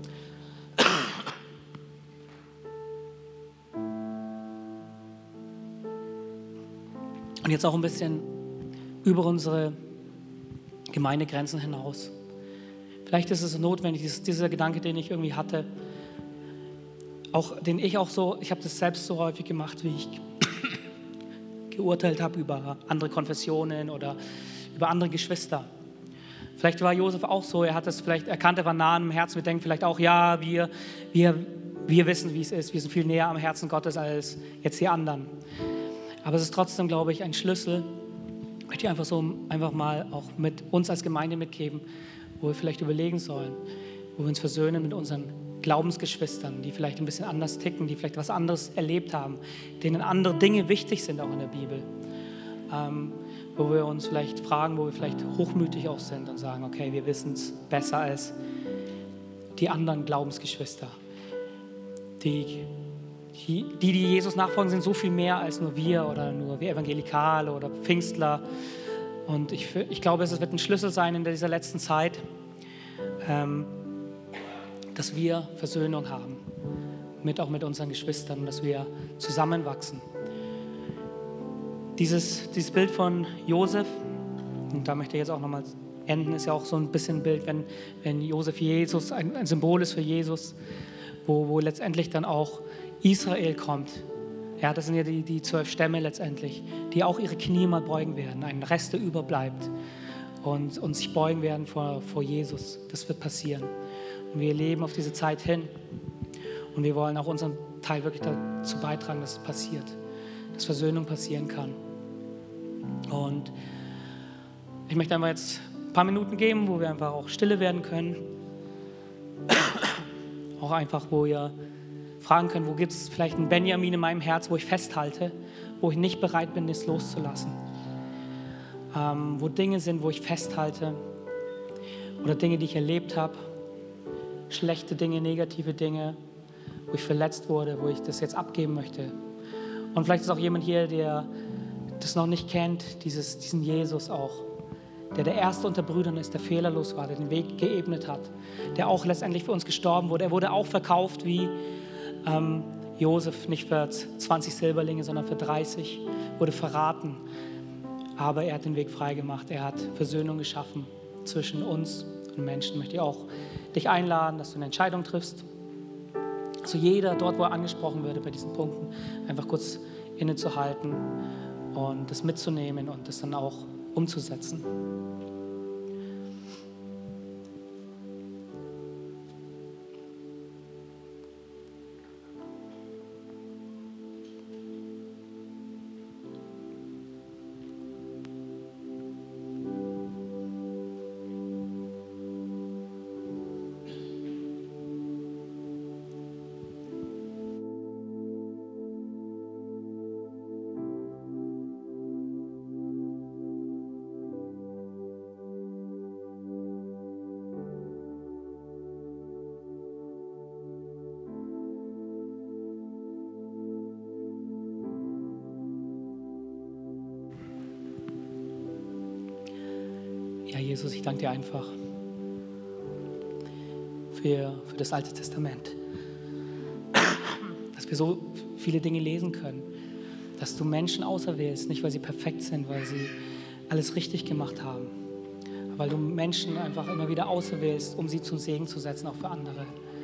Speaker 1: Und jetzt auch ein bisschen über unsere Gemeindegrenzen hinaus. Vielleicht ist es notwendig, dieses, dieser Gedanke, den ich irgendwie hatte, auch, den ich auch so, ich habe das selbst so häufig gemacht, wie ich geurteilt habe über andere Konfessionen oder über andere Geschwister. Vielleicht war Josef auch so, er hat es vielleicht erkannt, er war nah am Herzen. Wir denken vielleicht auch, ja, wir, wir, wir wissen, wie es ist. Wir sind viel näher am Herzen Gottes als jetzt die anderen. Aber es ist trotzdem, glaube ich, ein Schlüssel, möchte ich einfach so einfach mal auch mit uns als Gemeinde mitgeben, wo wir vielleicht überlegen sollen, wo wir uns versöhnen mit unseren Glaubensgeschwistern, die vielleicht ein bisschen anders ticken, die vielleicht was anderes erlebt haben, denen andere Dinge wichtig sind auch in der Bibel. Ähm, wo wir uns vielleicht fragen, wo wir vielleicht hochmütig auch sind und sagen, okay, wir wissen es besser als die anderen Glaubensgeschwister, die Die, die, die Jesus nachfolgen, sind so viel mehr als nur wir oder nur wir Evangelikale oder Pfingstler. Und ich, ich glaube, es wird ein Schlüssel sein in dieser letzten Zeit, ähm, dass wir Versöhnung haben, mit, auch mit unseren Geschwistern, dass wir zusammenwachsen. Dieses, dieses Bild von Josef, und da möchte ich jetzt auch nochmal enden, ist ja auch so ein bisschen ein Bild, wenn, wenn Josef Jesus, ein, ein Symbol ist für Jesus, wo, wo letztendlich dann auch Israel kommt. Ja, das sind ja die, die zwölf Stämme letztendlich, die auch ihre Knie mal beugen werden, ein Rest, der überbleibt und, und sich beugen werden vor, vor Jesus. Das wird passieren. Und wir leben auf diese Zeit hin und wir wollen auch unseren Teil wirklich dazu beitragen, dass es passiert, dass Versöhnung passieren kann. Und ich möchte einfach jetzt ein paar Minuten geben, wo wir einfach auch stille werden können. Auch einfach, wo ihr fragen können, wo gibt es vielleicht einen Benjamin in meinem Herz, wo ich festhalte, wo ich nicht bereit bin, es loszulassen. Ähm, wo Dinge sind, wo ich festhalte oder Dinge, die ich erlebt habe, schlechte Dinge, negative Dinge, wo ich verletzt wurde, wo ich das jetzt abgeben möchte. Und vielleicht ist auch jemand hier, der das noch nicht kennt, dieses, diesen Jesus auch, der der Erste unter Brüdern ist, der fehlerlos war, der den Weg geebnet hat, der auch letztendlich für uns gestorben wurde. Er wurde auch verkauft wie ähm, Josef, nicht für zwanzig Silberlinge, sondern für dreißig, wurde verraten. Aber er hat den Weg frei gemacht, er hat Versöhnung geschaffen zwischen uns und Menschen. Ich möchte auch dich einladen, dass du eine Entscheidung triffst. Also jeder dort, wo er angesprochen würde bei diesen Punkten, einfach kurz innezuhalten und das mitzunehmen und das dann auch umzusetzen. Ja, Jesus, ich danke dir einfach für, für das Alte Testament, dass wir so viele Dinge lesen können, dass du Menschen auserwählst, nicht weil sie perfekt sind, weil sie alles richtig gemacht haben, aber weil du Menschen einfach immer wieder auserwählst, um sie zum Segen zu setzen, auch für andere.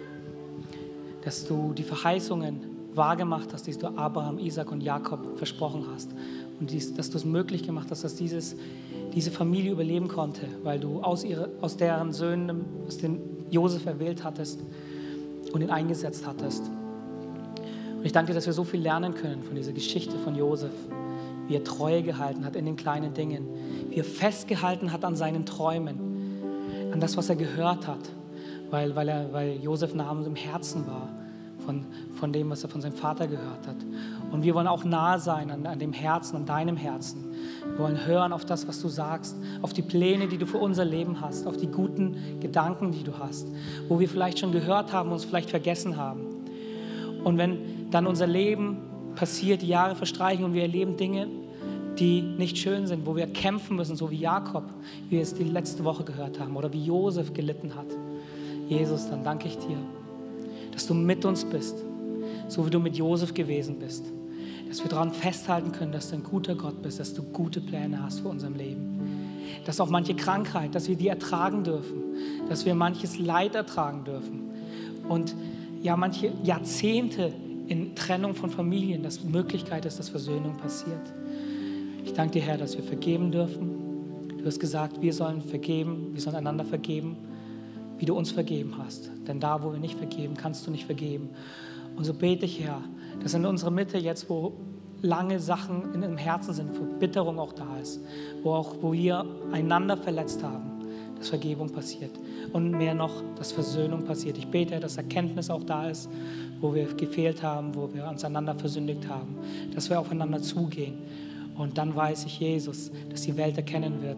Speaker 1: Dass du die Verheißungen wahrgemacht hast, die du Abraham, Isaac und Jakob versprochen hast und dies, dass du es möglich gemacht hast, dass dieses, diese Familie überleben konnte, weil du aus, ihre, aus deren Söhnen, aus den Josef erwählt hattest und ihn eingesetzt hattest. Und ich danke dir, dass wir so viel lernen können von dieser Geschichte von Josef, wie er Treue gehalten hat in den kleinen Dingen, wie er festgehalten hat an seinen Träumen, an das, was er gehört hat, weil, weil, er, weil Josef nah im Herzen war von, von dem, was er von seinem Vater gehört hat. Und wir wollen auch nah sein an, an dem Herzen, an deinem Herzen. Wir wollen hören auf das, was du sagst, auf die Pläne, die du für unser Leben hast, auf die guten Gedanken, die du hast, wo wir vielleicht schon gehört haben, uns vielleicht vergessen haben. Und wenn dann unser Leben passiert, die Jahre verstreichen und wir erleben Dinge, die nicht schön sind, wo wir kämpfen müssen, so wie Jakob, wie wir es die letzte Woche gehört haben, oder wie Josef gelitten hat. Jesus, dann danke ich dir, dass du mit uns bist, so wie du mit Josef gewesen bist, dass wir daran festhalten können, dass du ein guter Gott bist, dass du gute Pläne hast für unser Leben, dass auch manche Krankheit, dass wir die ertragen dürfen, dass wir manches Leid ertragen dürfen und ja, manche Jahrzehnte in Trennung von Familien, dass Möglichkeit ist, dass Versöhnung passiert. Ich danke dir, Herr, dass wir vergeben dürfen. Du hast gesagt, wir sollen vergeben, wir sollen einander vergeben, wie du uns vergeben hast. Denn da, wo wir nicht vergeben, kannst du nicht vergeben. Und so bete ich, Herr, dass in unserer Mitte jetzt, wo lange Sachen in dem Herzen sind, Verbitterung auch da ist, wo auch, wo wir einander verletzt haben, dass Vergebung passiert. Und mehr noch, dass Versöhnung passiert. Ich bete, dass Erkenntnis auch da ist, wo wir gefehlt haben, wo wir uns einander versündigt haben, dass wir aufeinander zugehen. Und dann weiß ich, Jesus, dass die Welt erkennen wird,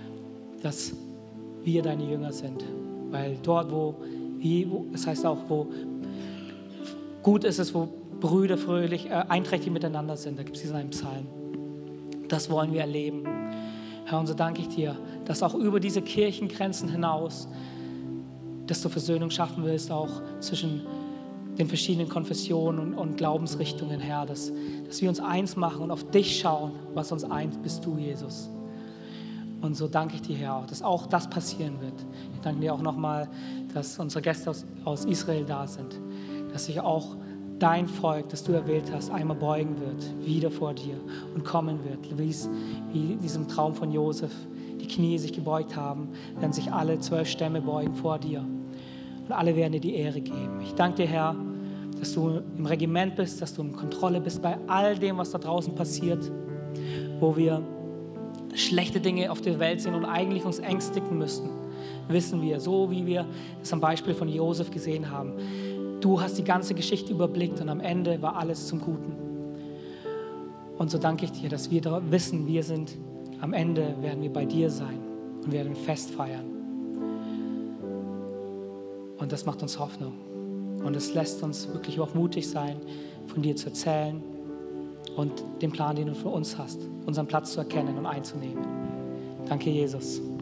Speaker 1: dass wir deine Jünger sind. Weil dort, wo, wie, wo das heißt auch, wo gut ist es, wo Brüder fröhlich, äh, einträchtig miteinander sind, da gibt es diesen einen Psalm. Das wollen wir erleben. Herr, und so danke ich dir, dass auch über diese Kirchengrenzen hinaus, dass du Versöhnung schaffen willst, auch zwischen den verschiedenen Konfessionen und, und Glaubensrichtungen, Herr, dass, dass wir uns eins machen und auf dich schauen, was uns eint, bist du, Jesus. Und so danke ich dir, Herr, auch, dass auch das passieren wird. Ich danke dir auch nochmal, dass unsere Gäste aus, aus Israel da sind, dass sich auch dein Volk, das du erwählt hast, einmal beugen wird, wieder vor dir und kommen wird, wie es wie in diesem Traum von Josef die Knie sich gebeugt haben, werden sich alle zwölf Stämme beugen vor dir und alle werden dir die Ehre geben. Ich danke dir, Herr, dass du im Regiment bist, dass du in Kontrolle bist bei all dem, was da draußen passiert, wo wir schlechte Dinge auf der Welt sehen und eigentlich uns ängstigen müssten, wissen wir, so wie wir es am Beispiel von Josef gesehen haben. Du hast die ganze Geschichte überblickt und am Ende war alles zum Guten. Und so danke ich dir, dass wir wissen, wir sind, am Ende werden wir bei dir sein und werden ein Fest feiern. Und das macht uns Hoffnung. Und es lässt uns wirklich auch mutig sein, von dir zu erzählen und den Plan, den du für uns hast, unseren Platz zu erkennen und einzunehmen. Danke, Jesus.